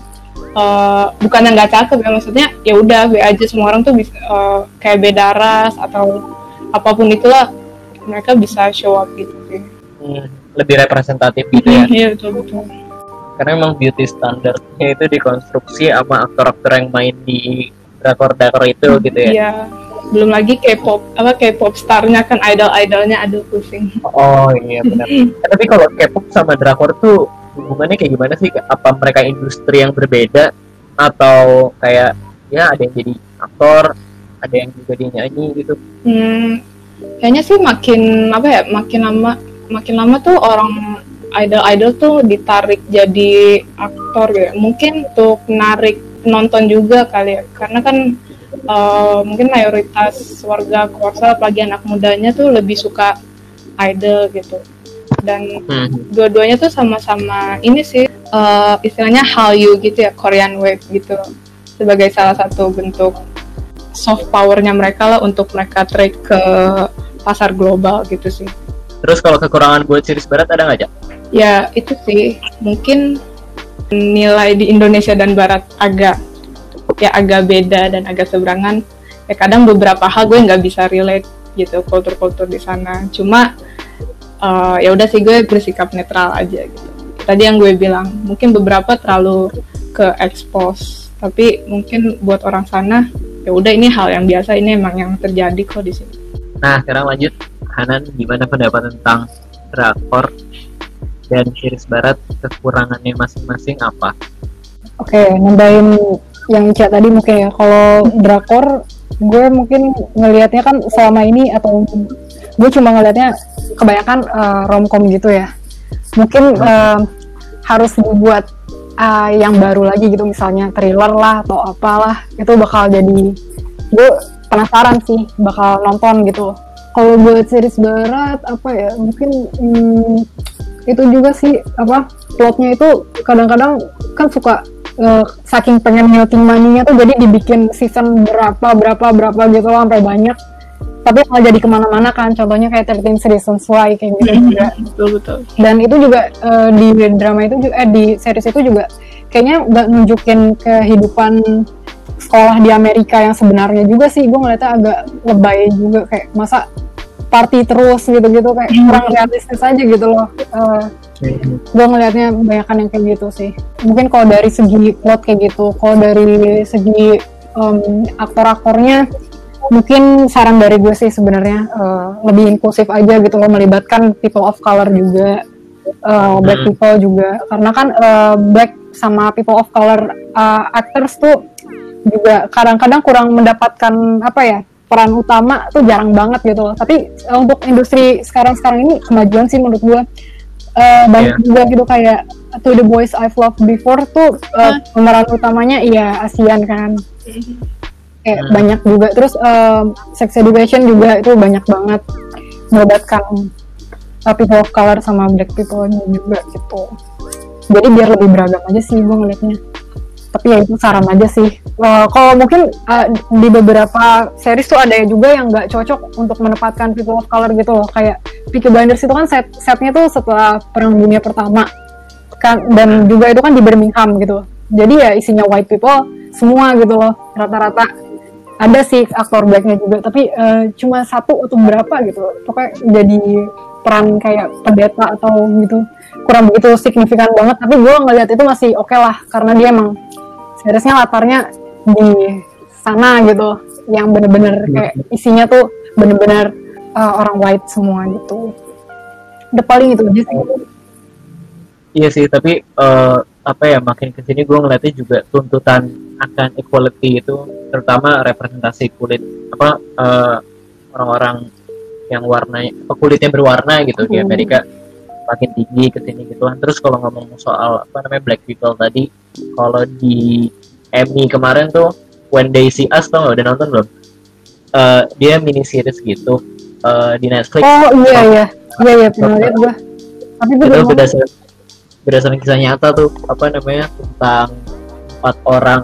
uh, bukan yang nggak cakep ya, maksudnya ya udah be aja, semua orang tuh bisa uh, kayak beda ras atau apapun itulah mereka bisa show up gitu sih. Hmm, lebih representatif gitu ya. Iya betul betul. Karena emang beauty standardnya itu dikonstruksi sama aktor-aktor yang main di drakor-drakor itu hmm, gitu ya. Iya. Belum lagi K-pop, apa K-pop starnya kan idol-idolnya, aduh pusing. Oh iya benar. eh, tapi kalau K-pop sama drakor tuh hubungannya kayak gimana sih? Apa mereka industri yang berbeda atau kayak ya ada yang jadi aktor, ada yang juga dia nyanyi gitu? Hmm, kayaknya sih makin apa ya, makin lama makin lama tuh orang idol-idol tuh ditarik jadi aktor gitu. Mungkin untuk narik penonton juga kali ya, karena kan Uh, mungkin mayoritas warga Korea, apalagi anak mudanya tuh lebih suka idol gitu. Dan hmm. dua-duanya tuh sama-sama ini sih uh, istilahnya Hallyu gitu ya, Korean Wave gitu, sebagai salah satu bentuk soft powernya mereka lah untuk mereka trade ke pasar global gitu sih. Terus kalau kekurangan buat series barat ada nggak, Jak? Ya itu sih mungkin nilai di Indonesia dan Barat agak ya agak beda dan agak seberangan. Ya kadang beberapa hal gue nggak bisa relate gitu, kultur-kultur di sana. Cuma uh, ya udah sih gue bersikap netral aja gitu. tadi yang gue bilang, mungkin beberapa terlalu ke expose, tapi mungkin buat orang sana ya udah ini hal yang biasa, ini emang yang terjadi kok di sini. Nah, sekarang lanjut, Hanan, gimana pendapat tentang drakor dan series barat, kekurangannya masing-masing apa? Oke, nambahin yang Ica tadi mungkin ya, kalau drakor gue mungkin ngelihatnya kan selama ini, atau gue cuma ngelihatnya kebanyakan uh, romcom gitu ya. Mungkin uh, harus dibuat uh, yang baru lagi gitu, misalnya thriller lah atau apalah, itu bakal jadi, gue penasaran sih bakal nonton gitu. Kalau buat series barat apa ya, mungkin hmm, itu juga sih apa, plotnya itu kadang-kadang kan suka uh, saking pengen melting money-nya tuh jadi dibikin season berapa berapa berapa gitu loh, sampai banyak, tapi malah jadi kemana-mana kan. Contohnya kayak thirteen Reasons Why kayak gitu juga. Betul betul. Dan itu juga uh, di drama itu juga, eh di series itu juga kayaknya nggak nunjukin kehidupan sekolah di Amerika yang sebenarnya juga sih. Gue ngeliatnya agak lebay juga, kayak masa party terus gitu-gitu, kayak kurang realistis aja gitu loh. Uh, gue ngelihatnya kebanyakan yang kayak gitu sih. Mungkin kalau dari segi plot kayak gitu, kalau dari segi um, aktor-aktornya, mungkin saran dari gue sih sebenarnya uh, lebih inklusif aja gitu loh, melibatkan people of color juga, uh, black people juga, karena kan uh, black sama people of color uh, actors tuh juga kadang-kadang kurang mendapatkan apa ya, peran utama tuh jarang banget gitu loh. Tapi uh, untuk industri sekarang-sekarang ini kemajuan sih menurut gue. Uh, banyak yeah. juga gitu, kayak To the Boys I've Loved Before tuh uh, pemeran utamanya iya ASEAN kan, kayak hmm. banyak juga. Terus uh, Sex Education juga itu banyak banget melibatkan uh, people of color sama black people juga gitu. Jadi biar lebih beragam aja sih gue ngeliatnya. Tapi ya itu saran aja sih. Uh, kalau mungkin uh, di beberapa series tuh ada juga yang nggak cocok untuk menempatkan people of color gitu loh. Kayak Peaky Blinders itu kan set setnya tuh setelah Perang Dunia Pertama kan, dan juga itu kan di Birmingham gitu. Jadi ya isinya white people semua gitu loh rata-rata. Ada sih aktor blacknya juga, tapi uh, cuma satu atau berapa gitu. Pokoknya jadi peran kayak pendeta atau gitu, kurang begitu signifikan banget. Tapi gue ngeliat itu masih oke okay lah, karena dia emang seriesnya latarnya di sana gitu, yang bener-bener kayak isinya tuh bener-bener uh, orang white semua gitu. Udah paling itu aja sih. Iya sih, tapi uh, apa ya, makin kesini gue ngeliatnya juga tuntutan akan equality itu, terutama representasi kulit apa uh, orang-orang yang warnanya, kulitnya berwarna gitu di Amerika makin tinggi kesini gitu kan. Terus kalau ngomong soal apa namanya black people tadi, kalau di Emmy kemarin tuh When They See Us, tau nggak, udah nonton belum? Uh, dia mini series gitu uh, di Netflix. Oh iya iya iya iya pernah lihat gua. Tapi gue itu berdasarkan berdasarkan kisah nyata tuh, apa namanya, tentang empat orang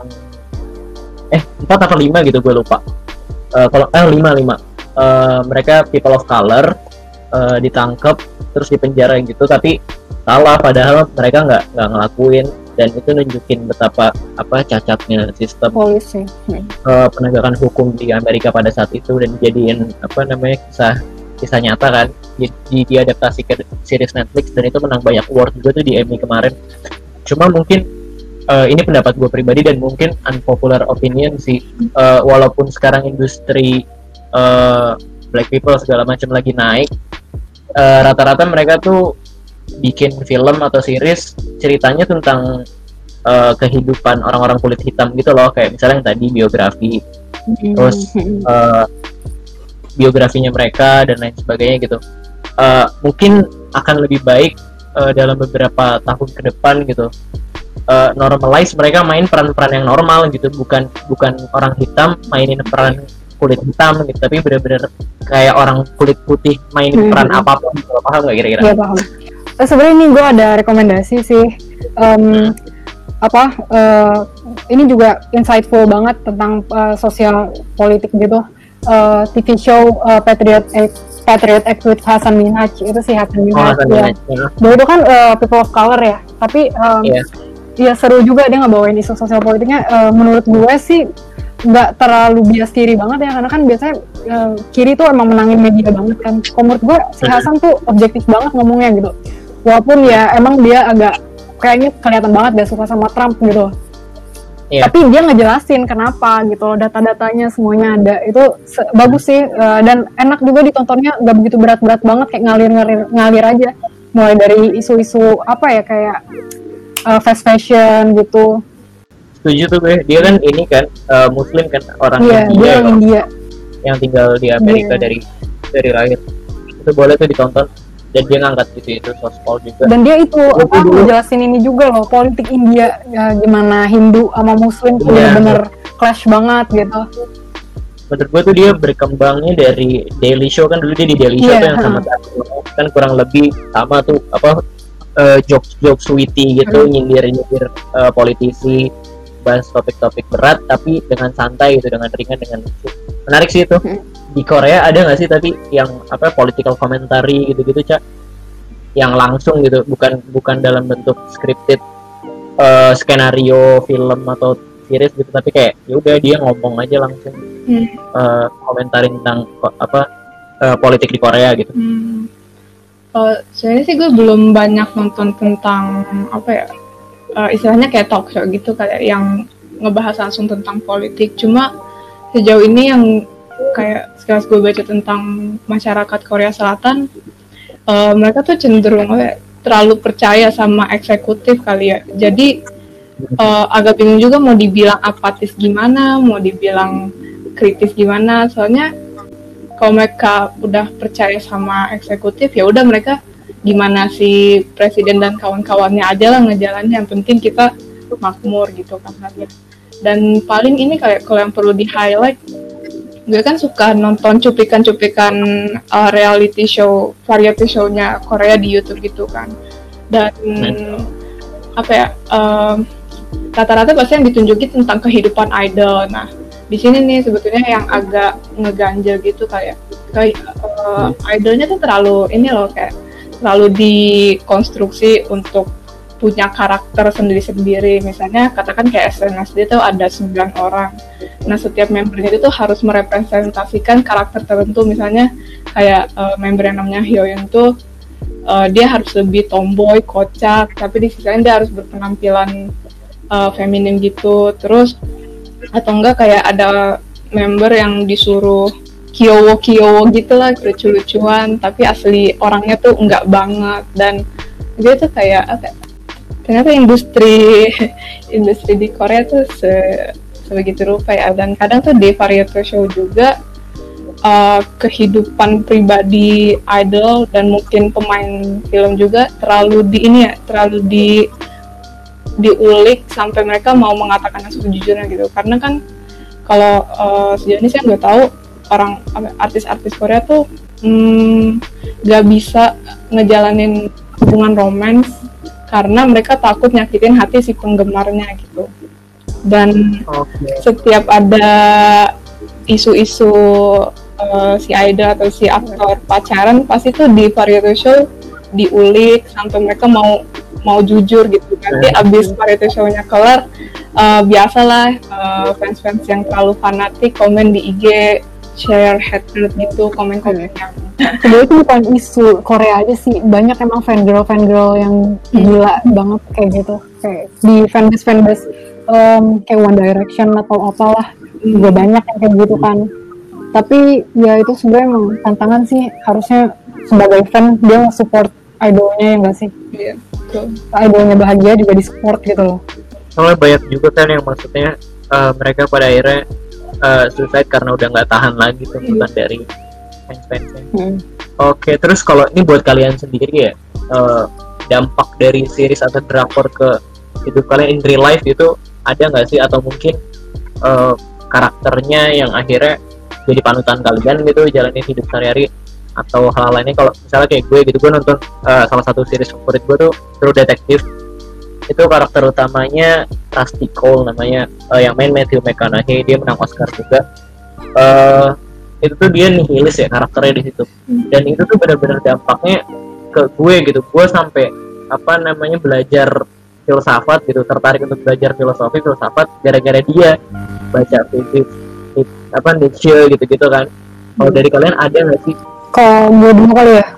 eh empat atau lima gitu gue lupa. Uh, kalau eh lima lima uh, mereka people of color uh, ditangkap terus dipenjara gitu, tapi salah padahal mereka nggak nggak ngelakuin, dan itu nunjukin betapa apa cacatnya sistem polisi hmm. uh, penegakan hukum di Amerika pada saat itu, dan jadiin apa namanya kisah kisah nyata kan, di, di diadaptasi ke series Netflix, dan itu menang banyak award juga tuh di Emmy kemarin. Cuma mungkin uh, ini pendapat gue pribadi dan mungkin unpopular opinion sih, uh, walaupun sekarang industri uh, black people segala macam lagi naik, Uh, rata-rata mereka tuh bikin film atau series ceritanya tentang uh, kehidupan orang-orang kulit hitam gitu loh, kayak misalnya yang tadi biografi, mm-hmm. terus uh, biografinya mereka dan lain sebagainya gitu. Uh, mungkin akan lebih baik uh, dalam beberapa tahun ke depan gitu, uh, normalize mereka main peran-peran yang normal gitu, bukan bukan orang hitam mainin peran kulit hitam gitu, tapi benar-benar kayak orang kulit putih main hmm. peran apapun gitu. Paham nggak kira-kira? Iya paham. Eh, sebenarnya ini gue ada rekomendasi sih, um, hmm. apa uh, ini juga insightful banget tentang uh, sosial politik gitu. Uh, T V show uh, Patriot Act, Patriot Act with Hasan Minhaj, itu sih Hasan Minhaj. Oh, ya. Dia itu kan uh, people of color ya, tapi um, yeah. ya seru juga dia ngebawain isu sosial politiknya. Uh, menurut gue sih nggak terlalu bias kiri banget ya, karena kan biasanya uh, kiri tuh emang menangin media banget kan. Kalau menurut gue si Hasan tuh objektif banget ngomongnya gitu, walaupun ya emang dia agak kayaknya kelihatan banget dia suka sama Trump gitu. Iya. Tapi dia ngejelasin kenapa gitu loh, data-datanya semuanya ada. Itu se- bagus sih, uh, dan enak juga ditontonnya, nggak begitu berat-berat banget, kayak ngalir-ngalir ngalir aja. Mulai dari isu-isu apa ya, kayak uh, fast fashion gitu. Setuju tuh gue. Dia kan ini kan uh, Muslim kan, orang Iya, dia India orang ya, India. yang tinggal di Amerika Iya. dari dari lahir. Itu boleh tuh ditonton. Dan dia ngangkat gitu itu sospol juga. Dan dia itu Itu apa dulu. ngejelasin ini juga loh, politik India, ya, gimana Hindu sama Muslim tuh Iya. bener-bener clash banget gitu. Menurut gue tuh dia berkembangnya dari Daily Show kan, dulu dia di Daily Show Iya, tuh yang sama kan kurang lebih sama tuh apa uh, jokes jokes witty gitu, Hmm. nyindir-nyindir uh, politisi, bahas topik-topik berat tapi dengan santai gitu, dengan ringan, dengan lucu. Menarik sih itu. Hmm. Di Korea ada nggak sih tapi yang apa political commentary gitu-gitu, Cak, yang langsung gitu, bukan bukan dalam bentuk scripted uh, skenario film atau series gitu, tapi kayak ya udah dia ngomong aja langsung Hmm. uh, komentarin tentang ko- apa uh, politik di Korea gitu. Hmm. Uh, sebenarnya sih gue belum banyak nonton tentang apa ya, uh, istilahnya kayak talk show gitu kayak yang ngebahas langsung tentang politik. Cuma sejauh ini yang kayak sekarang gue baca tentang masyarakat Korea Selatan, uh, mereka tuh cenderung apa ya, terlalu percaya sama eksekutif kali ya. Jadi uh, agak bingung juga mau dibilang apatis gimana, mau dibilang kritis gimana. Soalnya kalau mereka udah percaya sama eksekutif, ya udah mereka gimana si presiden dan kawan-kawannya aja lah ngejalanin, yang penting kita makmur gitu kan. Dan paling ini kayak kalau yang perlu di highlight, gue kan suka nonton cuplikan-cuplikan uh, reality show, variety show-nya Korea di YouTube gitu kan. Dan apa ya, um, rata-rata pasti yang ditunjukin tentang kehidupan idol. Nah, di sini nih sebetulnya yang agak ngeganjel gitu kayak kayak uh, idolnya tuh terlalu ini loh, kayak terlalu dikonstruksi untuk punya karakter sendiri-sendiri. Misalnya katakan kayak S N S D tuh ada sembilan orang. Nah, setiap membernya itu harus merepresentasikan karakter tertentu. Misalnya kayak uh, member yang namanya Hyoyeon tuh uh, dia harus lebih tomboy, kocak, tapi di sisi lain dia harus berpenampilan uh, feminim gitu. Terus atau enggak kayak ada member yang disuruh kiowo-kiowo gitu lah, lucu-lucuan, tapi asli orangnya tuh enggak banget. Dan dia tuh kayak apa, ternyata industri industri di Korea tuh se, sebegitu rupa ya. Dan kadang tuh di variety show juga uh, kehidupan pribadi idol dan mungkin pemain film juga terlalu di ini ya, terlalu di diulik sampai mereka mau mengatakan yang sejujurnya gitu. Karena kan kalau uh, sejauh ini saya nggak tahu orang artis-artis Korea tuh hmm, nggak bisa ngejalanin hubungan romans karena mereka takut nyakitin hati si penggemarnya gitu. Dan Oke. setiap ada isu-isu uh, si idol atau si aktor pacaran, pasti tuh di variety show diulik sampai mereka mau mau jujur gitu. Nanti abis variety show-nya kelar, uh, biasalah uh, fans-fans yang terlalu fanatik komen di I G, share hatred gitu, komen-komen yang Sebenarnya itu bukan isu Korea aja sih, banyak emang fangirl fangirl yang gila banget kayak gitu, kayak di fanbase fanbase um, kayak One Direction atau apalah, juga banyak yang kayak gitu kan. Tapi ya itu sebenarnya emang tantangan sih, harusnya sebagai fan dia support idolnya, ya nggak sih? iya, betul. Idolnya bahagia juga di support gitu loh. Soalnya banyak juga kan yang maksudnya uh, mereka pada akhirnya uh, suicide karena udah nggak tahan lagi tuntutan dari fans-fansnya. Hmm. Oke, terus kalau ini buat kalian sendiri ya, uh, dampak dari series atau drakor ke hidup kalian in real life itu ada nggak sih? Atau mungkin uh, karakternya yang akhirnya jadi panutan kalian gitu, jalanin hidup sehari-hari, atau hal lainnya? Kalau misalnya kayak gue gitu, gue nonton uh, salah satu series favorit gue tuh True Detective. Itu karakter utamanya Rusty Cole namanya, uh, yang main Matthew McConaughey, dia menang Oscar juga. Uh, itu tuh dia nihilis ya karakternya di situ, dan itu tuh benar-benar dampaknya ke gue gitu. Gue sampai apa namanya belajar filsafat gitu, tertarik untuk belajar filosofi filsafat gara-gara dia, baca fisik apa Nietzsche gitu-gitu kan. Kalau dari kalian ada nggak sih? Kalau gue dulu kali ya,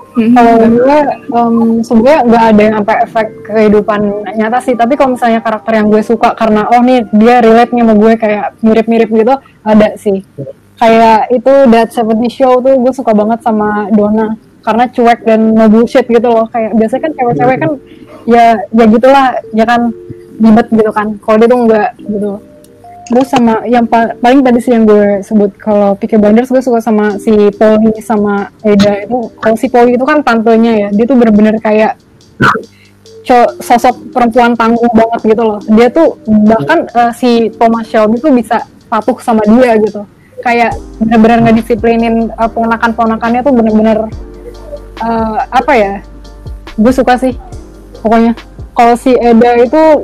Hmm, Kalau benar. gue em, sebenarnya nggak ada yang sampai efek kehidupan nyata sih, tapi kalau misalnya karakter yang gue suka karena oh nih dia relate nya sama gue kayak mirip-mirip gitu, ada sih. Kayak itu That seventies Show tuh gue suka banget sama Donna karena cuek dan no bullshit gitu loh. Kayak biasanya kan cewek-cewek kan ya ya gitulah, ya kan ribet gitu kan. Kalau dia tuh enggak gitu. Terus sama yang pa- paling tadi sih yang gue sebut, kalau Peaky Blinders gue suka sama si Polly sama Eda itu. Kalau si Polly itu kan tantenya ya, dia tuh bener-bener kayak co- sosok perempuan tangguh banget gitu loh. Dia tuh bahkan eh, si Thomas Shelby tuh bisa patuh sama dia gitu. Kayak bener-bener ngedisiplinin eh, ponakan-ponakannya tuh bener-bener eh, apa ya? Gue suka sih pokoknya. Kalau si Eda itu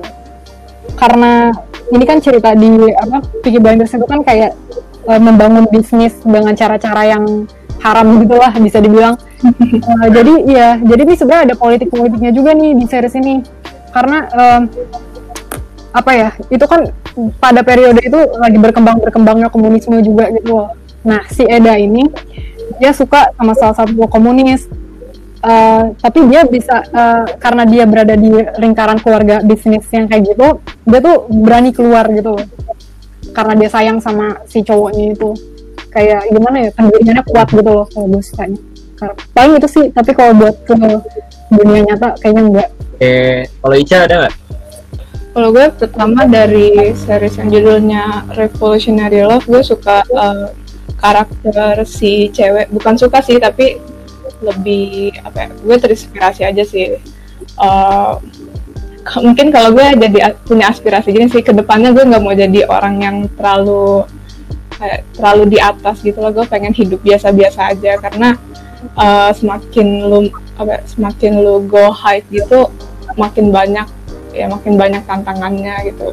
karena ini kan cerita di apa Peaky Blinders itu kan kayak uh, membangun bisnis dengan cara-cara yang haram gitulah bisa dibilang. Uh, jadi ya jadi ini sebenarnya ada politik-politiknya juga nih di series ini karena um, apa ya itu kan pada periode itu lagi berkembang berkembangnya komunisme juga gitu loh. Nah si Eda ini dia suka sama salah satu komunis. Uh, tapi dia bisa uh, karena dia berada di lingkaran keluarga bisnis yang kayak gitu, dia tuh berani keluar gitu karena dia sayang sama si cowoknya itu. Kayak gimana ya, pendiriannya kuat gitu loh kalau gue sukanya. Kar- paling itu sih, tapi kalau buat ke dunia nyata kayaknya enggak. Eh, kalau Ica ada nggak? Kalau gue pertama dari series yang judulnya Revolutionary Love, gue suka uh, karakter si cewek, bukan suka sih tapi lebih apa ya, gue terinspirasi aja sih. Uh, k- mungkin kalau gue jadi a- punya aspirasi gini sih, kedepannya gue nggak mau jadi orang yang terlalu kayak terlalu di atas gitu loh. Gue pengen hidup biasa-biasa aja karena uh, semakin lu apa ya, semakin lu go high gitu, makin banyak ya makin banyak tantangannya gitu.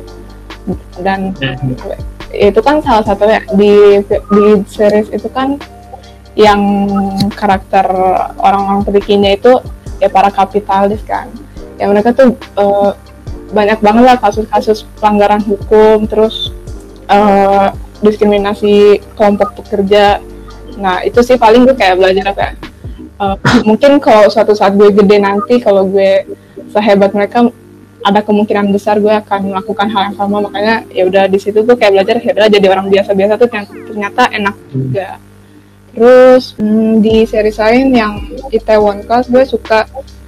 Dan apa ya, itu kan salah satunya di di series itu kan yang karakter orang-orang teriknya itu ya para kapitalis kan, ya mereka tuh uh, banyak banget lah kasus-kasus pelanggaran hukum, terus uh, diskriminasi kelompok pekerja. Nah itu sih paling gue kayak belajar apa ya, uh, mungkin kalau suatu saat gue gede nanti, kalau gue sehebat mereka, ada kemungkinan besar gue akan melakukan hal yang sama. Makanya ya udah di situ tuh kayak belajar ya udah jadi orang biasa-biasa tuh ternyata enak juga. Terus hmm, di series lain yang Itaewon Class, gue suka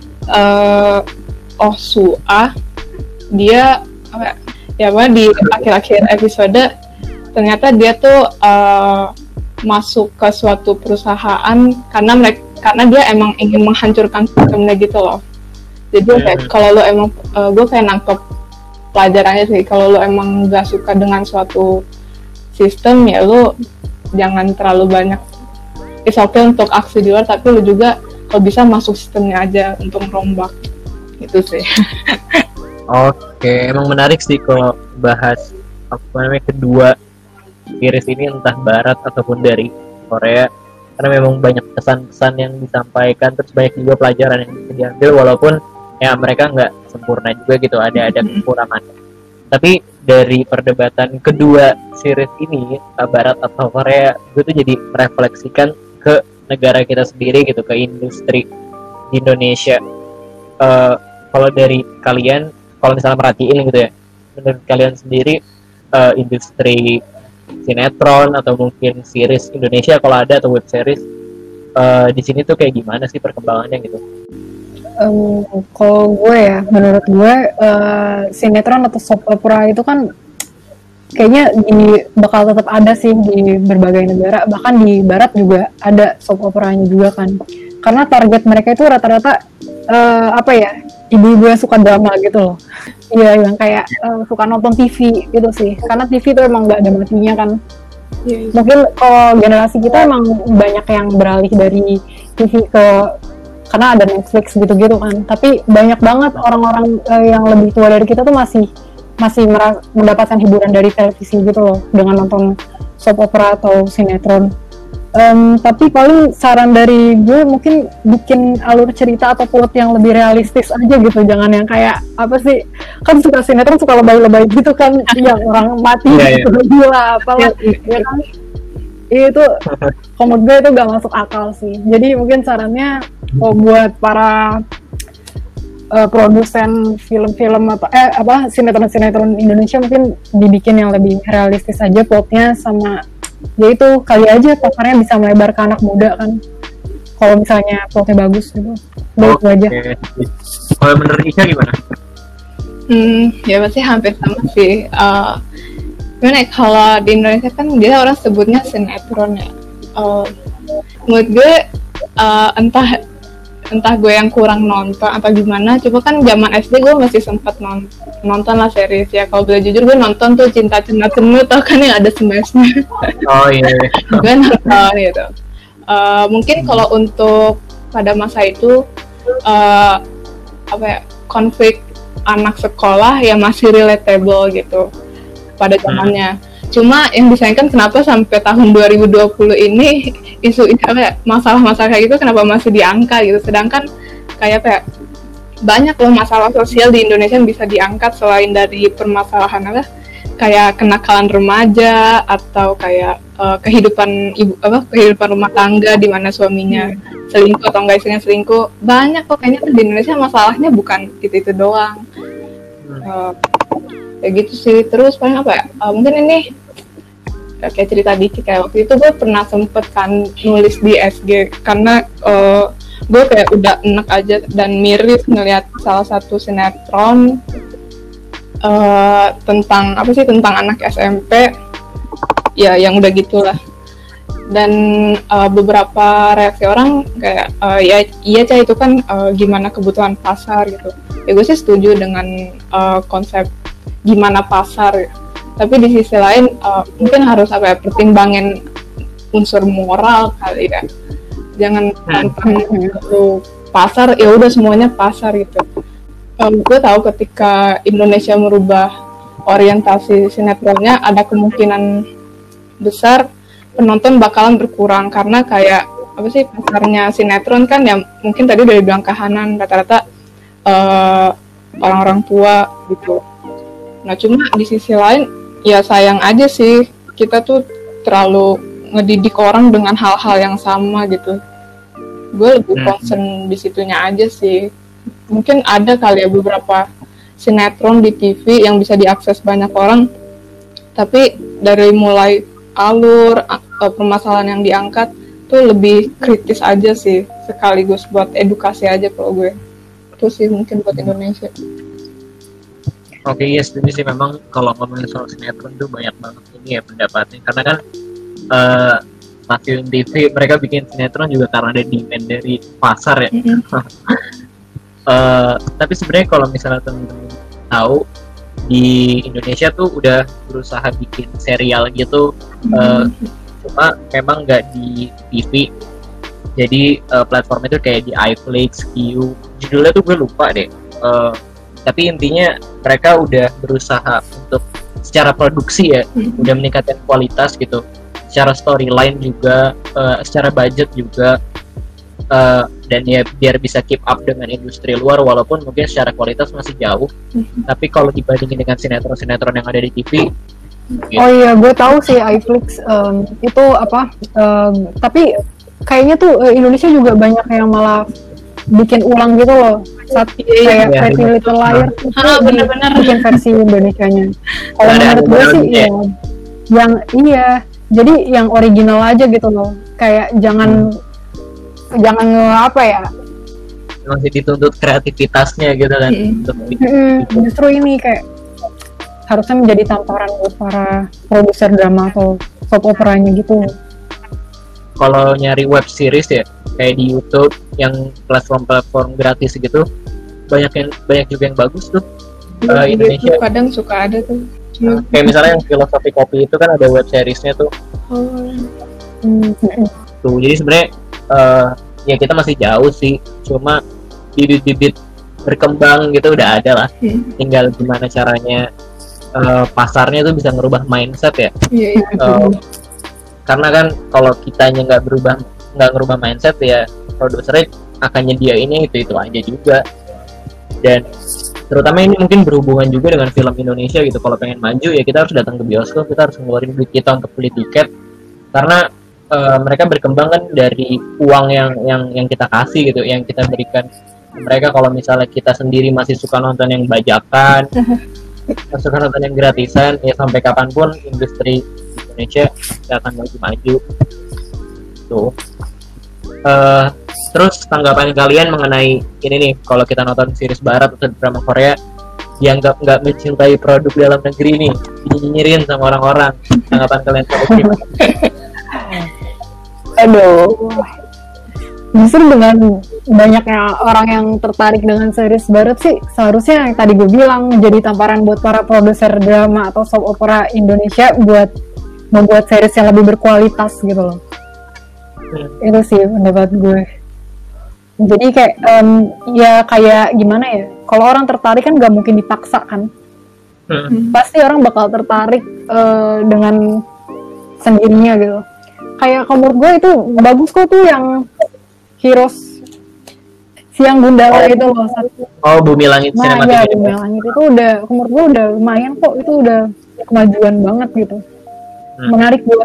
uh, Oh Soo-ah. Dia apa ya, ya apa, di akhir-akhir episode ternyata dia tuh uh, masuk ke suatu perusahaan karena mereka karena dia emang ingin menghancurkan sistemnya gitu loh. Jadi kayak kalau lo emang uh, gue kayak nangkep pelajarannya sih, kalau lo emang gak suka dengan suatu sistem ya lo jangan terlalu banyak. It's okay untuk aksi di luar, tapi lu juga kalau bisa masuk sistemnya aja untuk merombak. Itu sih. Oke, emang menarik sih kalau bahas apa namanya kedua series ini, entah barat ataupun dari Korea, karena memang banyak pesan-pesan yang disampaikan, terus banyak juga pelajaran yang bisa diambil, walaupun ya mereka nggak sempurna juga gitu, ada ada kekurangan. Tapi dari perdebatan kedua series ini, entah barat atau Korea, gue tuh jadi merefleksikan ke negara kita sendiri gitu, ke industri di Indonesia. Uh, kalau dari kalian, kalau misalnya merhatiin gitu ya, menurut kalian sendiri uh, industri sinetron atau mungkin series Indonesia kalau ada, atau web series uh, di sini tuh kayak gimana sih perkembangannya gitu? Um, kalau gue ya, menurut gue uh, sinetron atau soap opera itu kan kayaknya di bakal tetap ada sih di berbagai negara, bahkan di barat juga ada soap operanya juga kan, karena target mereka itu rata-rata uh, apa ya, ibu-ibu yang suka drama gitu loh. Iya, yang kayak uh, suka nonton T V gitu sih, karena T V itu emang nggak ada matinya kan. Yeah. Mungkin kalau generasi kita emang banyak yang beralih dari T V ke, karena ada Netflix gitu-gitu kan, tapi banyak banget orang-orang uh, yang lebih tua dari kita tuh masih masih mera- mendapatkan hiburan dari televisi gitu loh, dengan nonton soap opera atau sinetron. Um, tapi paling saran dari gue mungkin bikin alur cerita atau plot yang lebih realistis aja gitu, jangan yang kayak apa sih, kan suka sinetron suka lebay-lebay gitu kan, yang orang mati yeah, gitu, yeah. Gila apalah, ya kan, itu komod gue itu gak masuk akal sih. Jadi mungkin sarannya oh, buat para uh, produsen film-film atau eh apa sinetron-sinetron Indonesia mungkin dibikin yang lebih realistis aja plotnya, sama ya itu kali aja pasarnya bisa melebar ke anak muda kan kalau misalnya plotnya bagus gitu. Baik Oke. aja. Kalau menurut Isha gimana? Hmm, ya pasti hampir sama sih. Uh, gimana ya, kalau di Indonesia kan dia orang sebutnya sinetron ya. Uh, menurut gue uh, entah entah gue yang kurang nonton atau gimana, coba kan zaman S D gue masih sempat non- nonton lah series ya. Kalau boleh jujur gue nonton tuh Cinta Cinta Cemu, tau kan yang ada Smash-nya. Oh iya. iya. Gue nonton gitu. Uh, mungkin kalau untuk pada masa itu uh, apa ya, konflik anak sekolah yang masih relatable gitu pada zamannya. Cuma yang disayangkan kenapa sampai tahun dua ribu dua puluh ini isu apa ya, masalah-masalah kayak gitu kenapa masih diangkat gitu. Sedangkan kayak apa ya, banyak loh masalah sosial di Indonesia yang bisa diangkat selain dari permasalahan apa kayak kenakalan remaja atau kayak uh, kehidupan ibu apa kehidupan rumah tangga di mana suaminya selingkuh atau enggak istrinya selingkuh. Banyak kok kayaknya di Indonesia masalahnya bukan itu-itu doang. Uh, kayak gitu sih. Terus paling apa ya, uh, mungkin ini uh, kayak cerita dikit, kayak waktu itu gue pernah sempet kan nulis di S G karena uh, gue kayak udah enek aja dan miris ngelihat salah satu sinetron uh, tentang apa sih tentang anak S M P ya yang udah gitulah. Dan uh, beberapa reaksi orang kayak uh, ya iya Cah itu kan uh, gimana kebutuhan pasar gitu. Ya gue sih setuju dengan uh, konsep gimana pasar ya. Tapi di sisi lain uh, mungkin harus apa ya, pertimbangin unsur moral kali ya. Jangan tentang itu pasar ya udah semuanya pasar gitu. Um, gue tahu ketika Indonesia merubah orientasi sinetronnya ada kemungkinan besar penonton bakalan berkurang karena kayak apa sih pasarnya sinetron kan ya mungkin tadi udah dibilang kahanan rata-rata uh, orang-orang tua gitu. Nah cuma di sisi lain ya sayang aja sih kita tuh terlalu ngedidik orang dengan hal-hal yang sama gitu. Gue lebih concern di situnya aja sih. Mungkin ada kali ya beberapa sinetron di T V yang bisa diakses banyak orang, tapi dari mulai alur atau permasalahan yang diangkat tuh lebih kritis aja sih, sekaligus buat edukasi aja kalau gue. Itu sih mungkin buat Indonesia. Oke, iya setuju sih, memang kalau ngomongin soal sinetron tuh banyak banget ini ya pendapatnya, karena kan uh, stasiun T V mereka bikin sinetron juga karena ada demand dari pasar ya. Mm-hmm. uh, tapi sebenarnya kalau misalnya teman-teman tahu di Indonesia tuh udah berusaha bikin serial gitu, mm-hmm. uh, cuma memang nggak di T V. Jadi uh, platform itu kayak di iFlix, Q, judulnya tuh gue lupa deh. Uh, tapi intinya mereka udah berusaha untuk secara produksi ya, mm-hmm. udah meningkatkan kualitas gitu. Secara storyline juga, uh, secara budget juga, uh, dan ya biar bisa keep up dengan industri luar walaupun mungkin secara kualitas masih jauh. Mm-hmm. Tapi kalau dibandingin dengan sinetron-sinetron yang ada di T V, gitu. Oh iya, gue tahu sih iFlix um, itu apa, um, tapi kayaknya tuh uh, Indonesia juga banyak yang malah bikin ulang gitu loh. Saat kayak ya, Pretty Little Liars itu ah, bener-bener. bikin versi Indonesianya. Kalau menurut gue sih ya, yang iya, jadi yang original aja gitu loh. Kayak jangan hmm. jangan apa ya? Masih dituntut kreativitasnya gitu kan. Hmm. Untuk hmm, justru ini kayak harusnya menjadi tamparan buat para produser drama atau soap operanya gitu. Kalau nyari web series ya kayak di YouTube yang platform-platform gratis gitu, banyak yang banyak juga yang bagus tuh. Ya, uh, Indonesia itu kadang suka ada tuh. Uh, kayak misalnya yang Filosofi Kopi itu kan ada web seriesnya tuh. Oh. Hmm. Tuh jadi sebenarnya uh, ya kita masih jauh sih, cuma bibit-bibit berkembang gitu udah ada lah. Hmm. Tinggal gimana caranya uh, pasarnya tuh bisa ngerubah mindset ya. Iya. Yeah, yeah. uh, karena kan kalau kitanya nggak berubah nggak ngerubah mindset ya produsernya akan nyediainnya itu itu aja juga. Dan terutama ini mungkin berhubungan juga dengan film Indonesia gitu. Kalau pengen maju ya kita harus datang ke bioskop, kita harus ngeluarin duit kita untuk beli tiket, karena uh, mereka berkembang kan dari uang yang yang yang kita kasih gitu, yang kita berikan mereka. Kalau misalnya kita sendiri masih suka nonton yang bajakan, suka nonton yang gratisan, ya sampai kapanpun industri di Indonesia tidak akan maju-maju. Tuh. Uh, terus tanggapan kalian mengenai ini nih, kalau kita nonton series barat atau drama Korea yang nggak nggak mencintai produk dalam negeri nih, dinyinyirin sama orang-orang, tanggapan kalian soal itu? Aduh, justru dengan banyaknya orang yang tertarik dengan series barat sih, seharusnya yang tadi gue bilang jadi tamparan buat para produser drama atau soap opera Indonesia buat membuat series yang lebih berkualitas gitu loh. Hmm. Itu sih pendapat gue. Jadi kayak um, ya kayak gimana ya, kalau orang tertarik kan gak mungkin dipaksa kan. Hmm. Pasti orang bakal tertarik uh, dengan sendirinya gitu. Kayak kalau menurut gue itu bagus kok tuh yang Heroes Siang Gundala itu loh. Oh, Bumi Langit Nah ya, Bumi Langit itu udah, menurut gue udah lumayan kok, itu udah kemajuan banget gitu. Hmm. Menarik gue.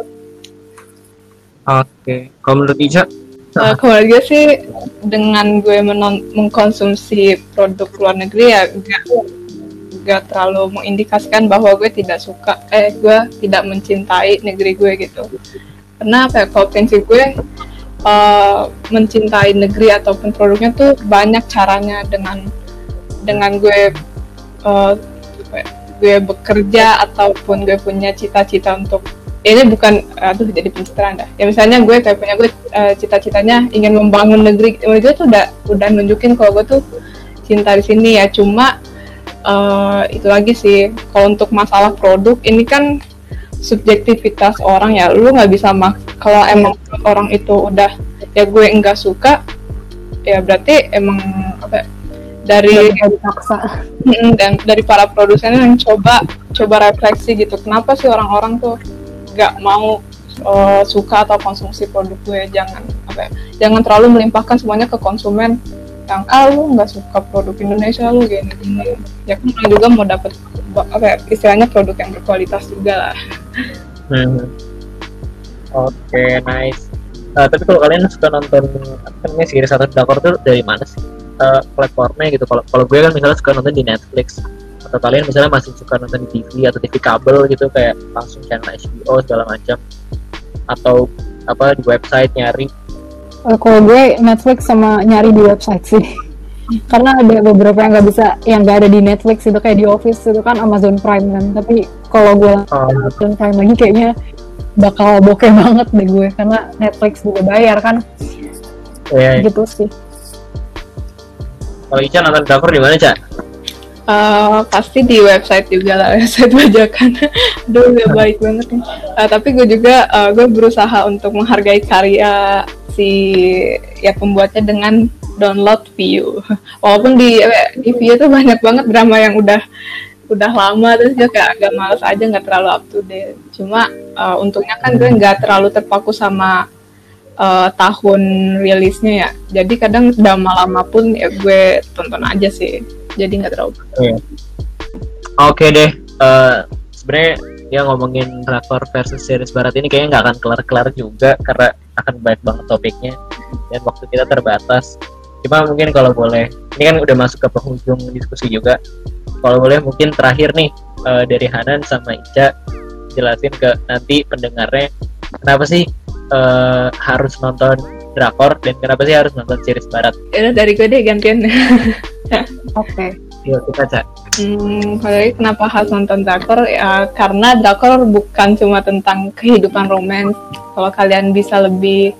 Oke, kalau menurut Ica? Uh, kalau gue sih dengan gue menon- mengkonsumsi produk luar negeri ya gak, gak terlalu mengindikasikan bahwa gue tidak suka, eh gue tidak mencintai negeri gue gitu. Karena apa ya, kalau prinsip gue uh, mencintai negeri ataupun produknya tuh banyak caranya. Dengan dengan gue uh, gue bekerja ataupun gue punya cita-cita untuk, ini bukan, aduh jadi pencitraan dah. Ya misalnya gue kayak punya gue uh, cita-citanya ingin membangun negeri, gue tuh udah udah nunjukin kalau gue tuh cinta di sini ya. Cuma uh, itu lagi sih, kalau untuk masalah produk ini kan subjektivitas orang ya. Lu nggak bisa mak, kalau emang orang itu udah ya gue enggak suka, ya berarti emang apa? Dari dipaksa. Dan dari para produsennya yang coba coba refleksi gitu, kenapa sih orang-orang tuh nggak mau uh, suka atau konsumsi produk gue. Jangan apa ya, jangan terlalu melimpahkan semuanya ke konsumen yang ah lu nggak suka produk Indonesia lu gini gini. Ya kan orang juga mau dapat apa ya, istilahnya produk yang berkualitas juga lah. Hmm. Oke, okay, nice. Uh, tapi kalau kalian suka nonton apa namanya series atau drakor tuh dari mana sih uh, platformnya gitu? Kalau kalau gue kan misalnya suka nonton di Netflix, atau kalian misalnya masih suka nonton di T V atau T V kabel gitu, kayak langsung channel H B O segala macam, atau apa di website nyari? Uh, kalau gue Netflix sama nyari di website sih. Karena ada beberapa yang nggak bisa, yang nggak ada di Netflix itu, kayak di Office itu kan Amazon Prime kan. Tapi kalau gue oh. Amazon Prime lagi kayaknya bakal bokeh banget deh gue, karena Netflix juga bayar kan. Yeah. Gitu sih. Kalau Ica nonton drakor di mana, Ca? Uh, pasti di website juga lah, website bajakan. Aduh, gak baik banget nih. Uh, tapi gue juga uh, gue berusaha untuk menghargai karya si ya pembuatnya dengan download view. Walaupun di di view tuh banyak banget drama yang udah udah lama, terus juga kayak agak malas aja, nggak terlalu up to date. Cuma uh, untungnya kan gue nggak terlalu terpaku sama uh, tahun rilisnya ya. Jadi kadang drama lama pun ya gue tonton aja sih. Jadi nggak terlalu. Yeah. Oke okay deh. Uh, sebenarnya ya ngomongin drakor versus series barat ini kayaknya nggak akan kelar-kelar juga, karena akan banyak banget topiknya dan waktu kita terbatas. Cuma mungkin kalau boleh, ini kan udah masuk ke penghujung diskusi juga. Kalau boleh mungkin terakhir nih uh, dari Hanan sama Ica jelasin ke nanti pendengarnya kenapa sih uh, harus nonton drakor dan kenapa sih harus nonton series barat. Ya dari gue deh gantian. Oke. Okay. Yuk kita Ca. Hmm, kalau kenapa harus nonton drakor ya, karena drakor bukan cuma tentang kehidupan romans. Kalau kalian bisa lebih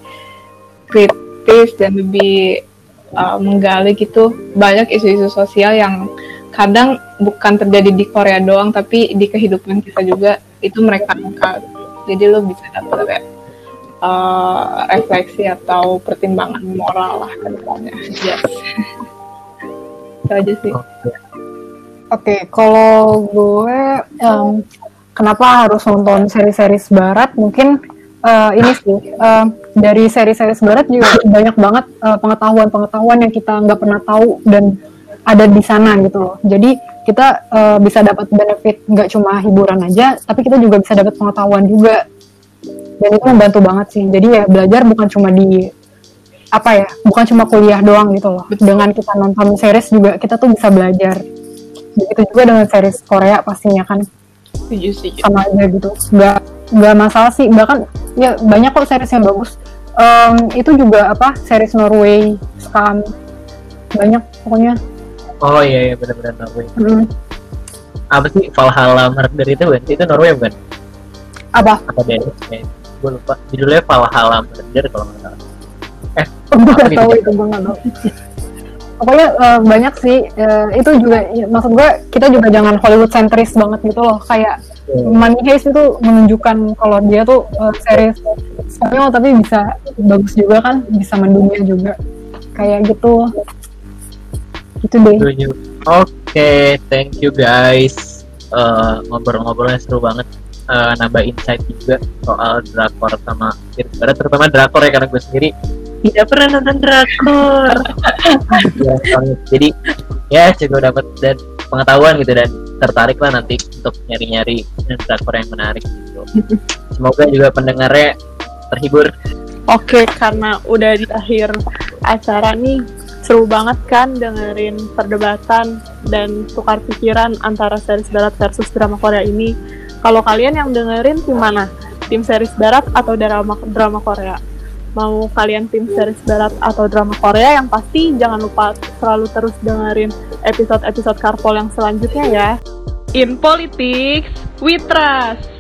kritis dan lebih uh, menggali gitu, banyak isu-isu sosial yang kadang bukan terjadi di Korea doang, tapi di kehidupan kita juga itu mereka angkat. Jadi lo bisa dapat kayak uh, refleksi atau pertimbangan moral lah ke depannya. Yes. Itu aja sih. Oke, okay, kalau gue um, kenapa harus nonton seri-series barat? Mungkin uh, ini sih uh, dari seri-series barat juga banyak banget uh, pengetahuan-pengetahuan yang kita nggak pernah tahu dan ada di sana gitu loh. Jadi kita uh, bisa dapat benefit nggak cuma hiburan aja, tapi kita juga bisa dapat pengetahuan juga. dan itu membantu banget sih. Jadi ya belajar bukan cuma di apa ya, bukan cuma kuliah doang gitu loh. Betul. Dengan kita nonton series juga kita tuh bisa belajar. Begitu juga dengan series Korea pastinya kan Setuju, setuju. sama aja gitu. Nggak nggak masalah sih, bahkan ya banyak kok series yang bagus. Em, itu juga apa series Norway, Scam, banyak pokoknya. Oh iya iya benar-benar Norway. Mm. Apa sih Valhalla Murder itu bukan? Itu Norway bukan? Apa? Apa deh? Eh, gue lupa. Judulnya Valhalla Murder kalau nggak salah. Gue nggak Apa tahu itu? itu, gue nggak tahu. Pokoknya eh, banyak sih. Eh, itu juga, ya, maksud gue kita juga jangan Hollywood sentris banget gitu loh. Kayak Hmm. Money Heist itu menunjukkan kalau dia tuh eh, series Spanyol tapi bisa bagus juga kan, bisa mendunia juga. Kayak gitu. Gitu deh. Setuju. Oke, thank you guys. Eh, ngobrol-ngobrolnya seru banget. Eh, nambah insight juga soal drakor sama series barat, terutama drakor ya karena gue sendiri tidak pernah nonton drakor. Ya, soalnya- jadi ya juga dapat dan pengetahuan gitu dan tertarik lah nanti untuk nyari-nyari drakor yang menarik gitu. Semoga juga pendengarnya terhibur. Oke, karena udah di akhir acara nih, seru banget kan dengerin perdebatan dan tukar pikiran antara series barat versus drama Korea ini. Kalau kalian yang dengerin tim mana? Tim series barat atau drama drama Korea? Mau kalian tim series barat atau drama Korea? Yang pasti jangan lupa selalu terus dengerin episode-episode Karpol yang selanjutnya ya. In Politics, we trust.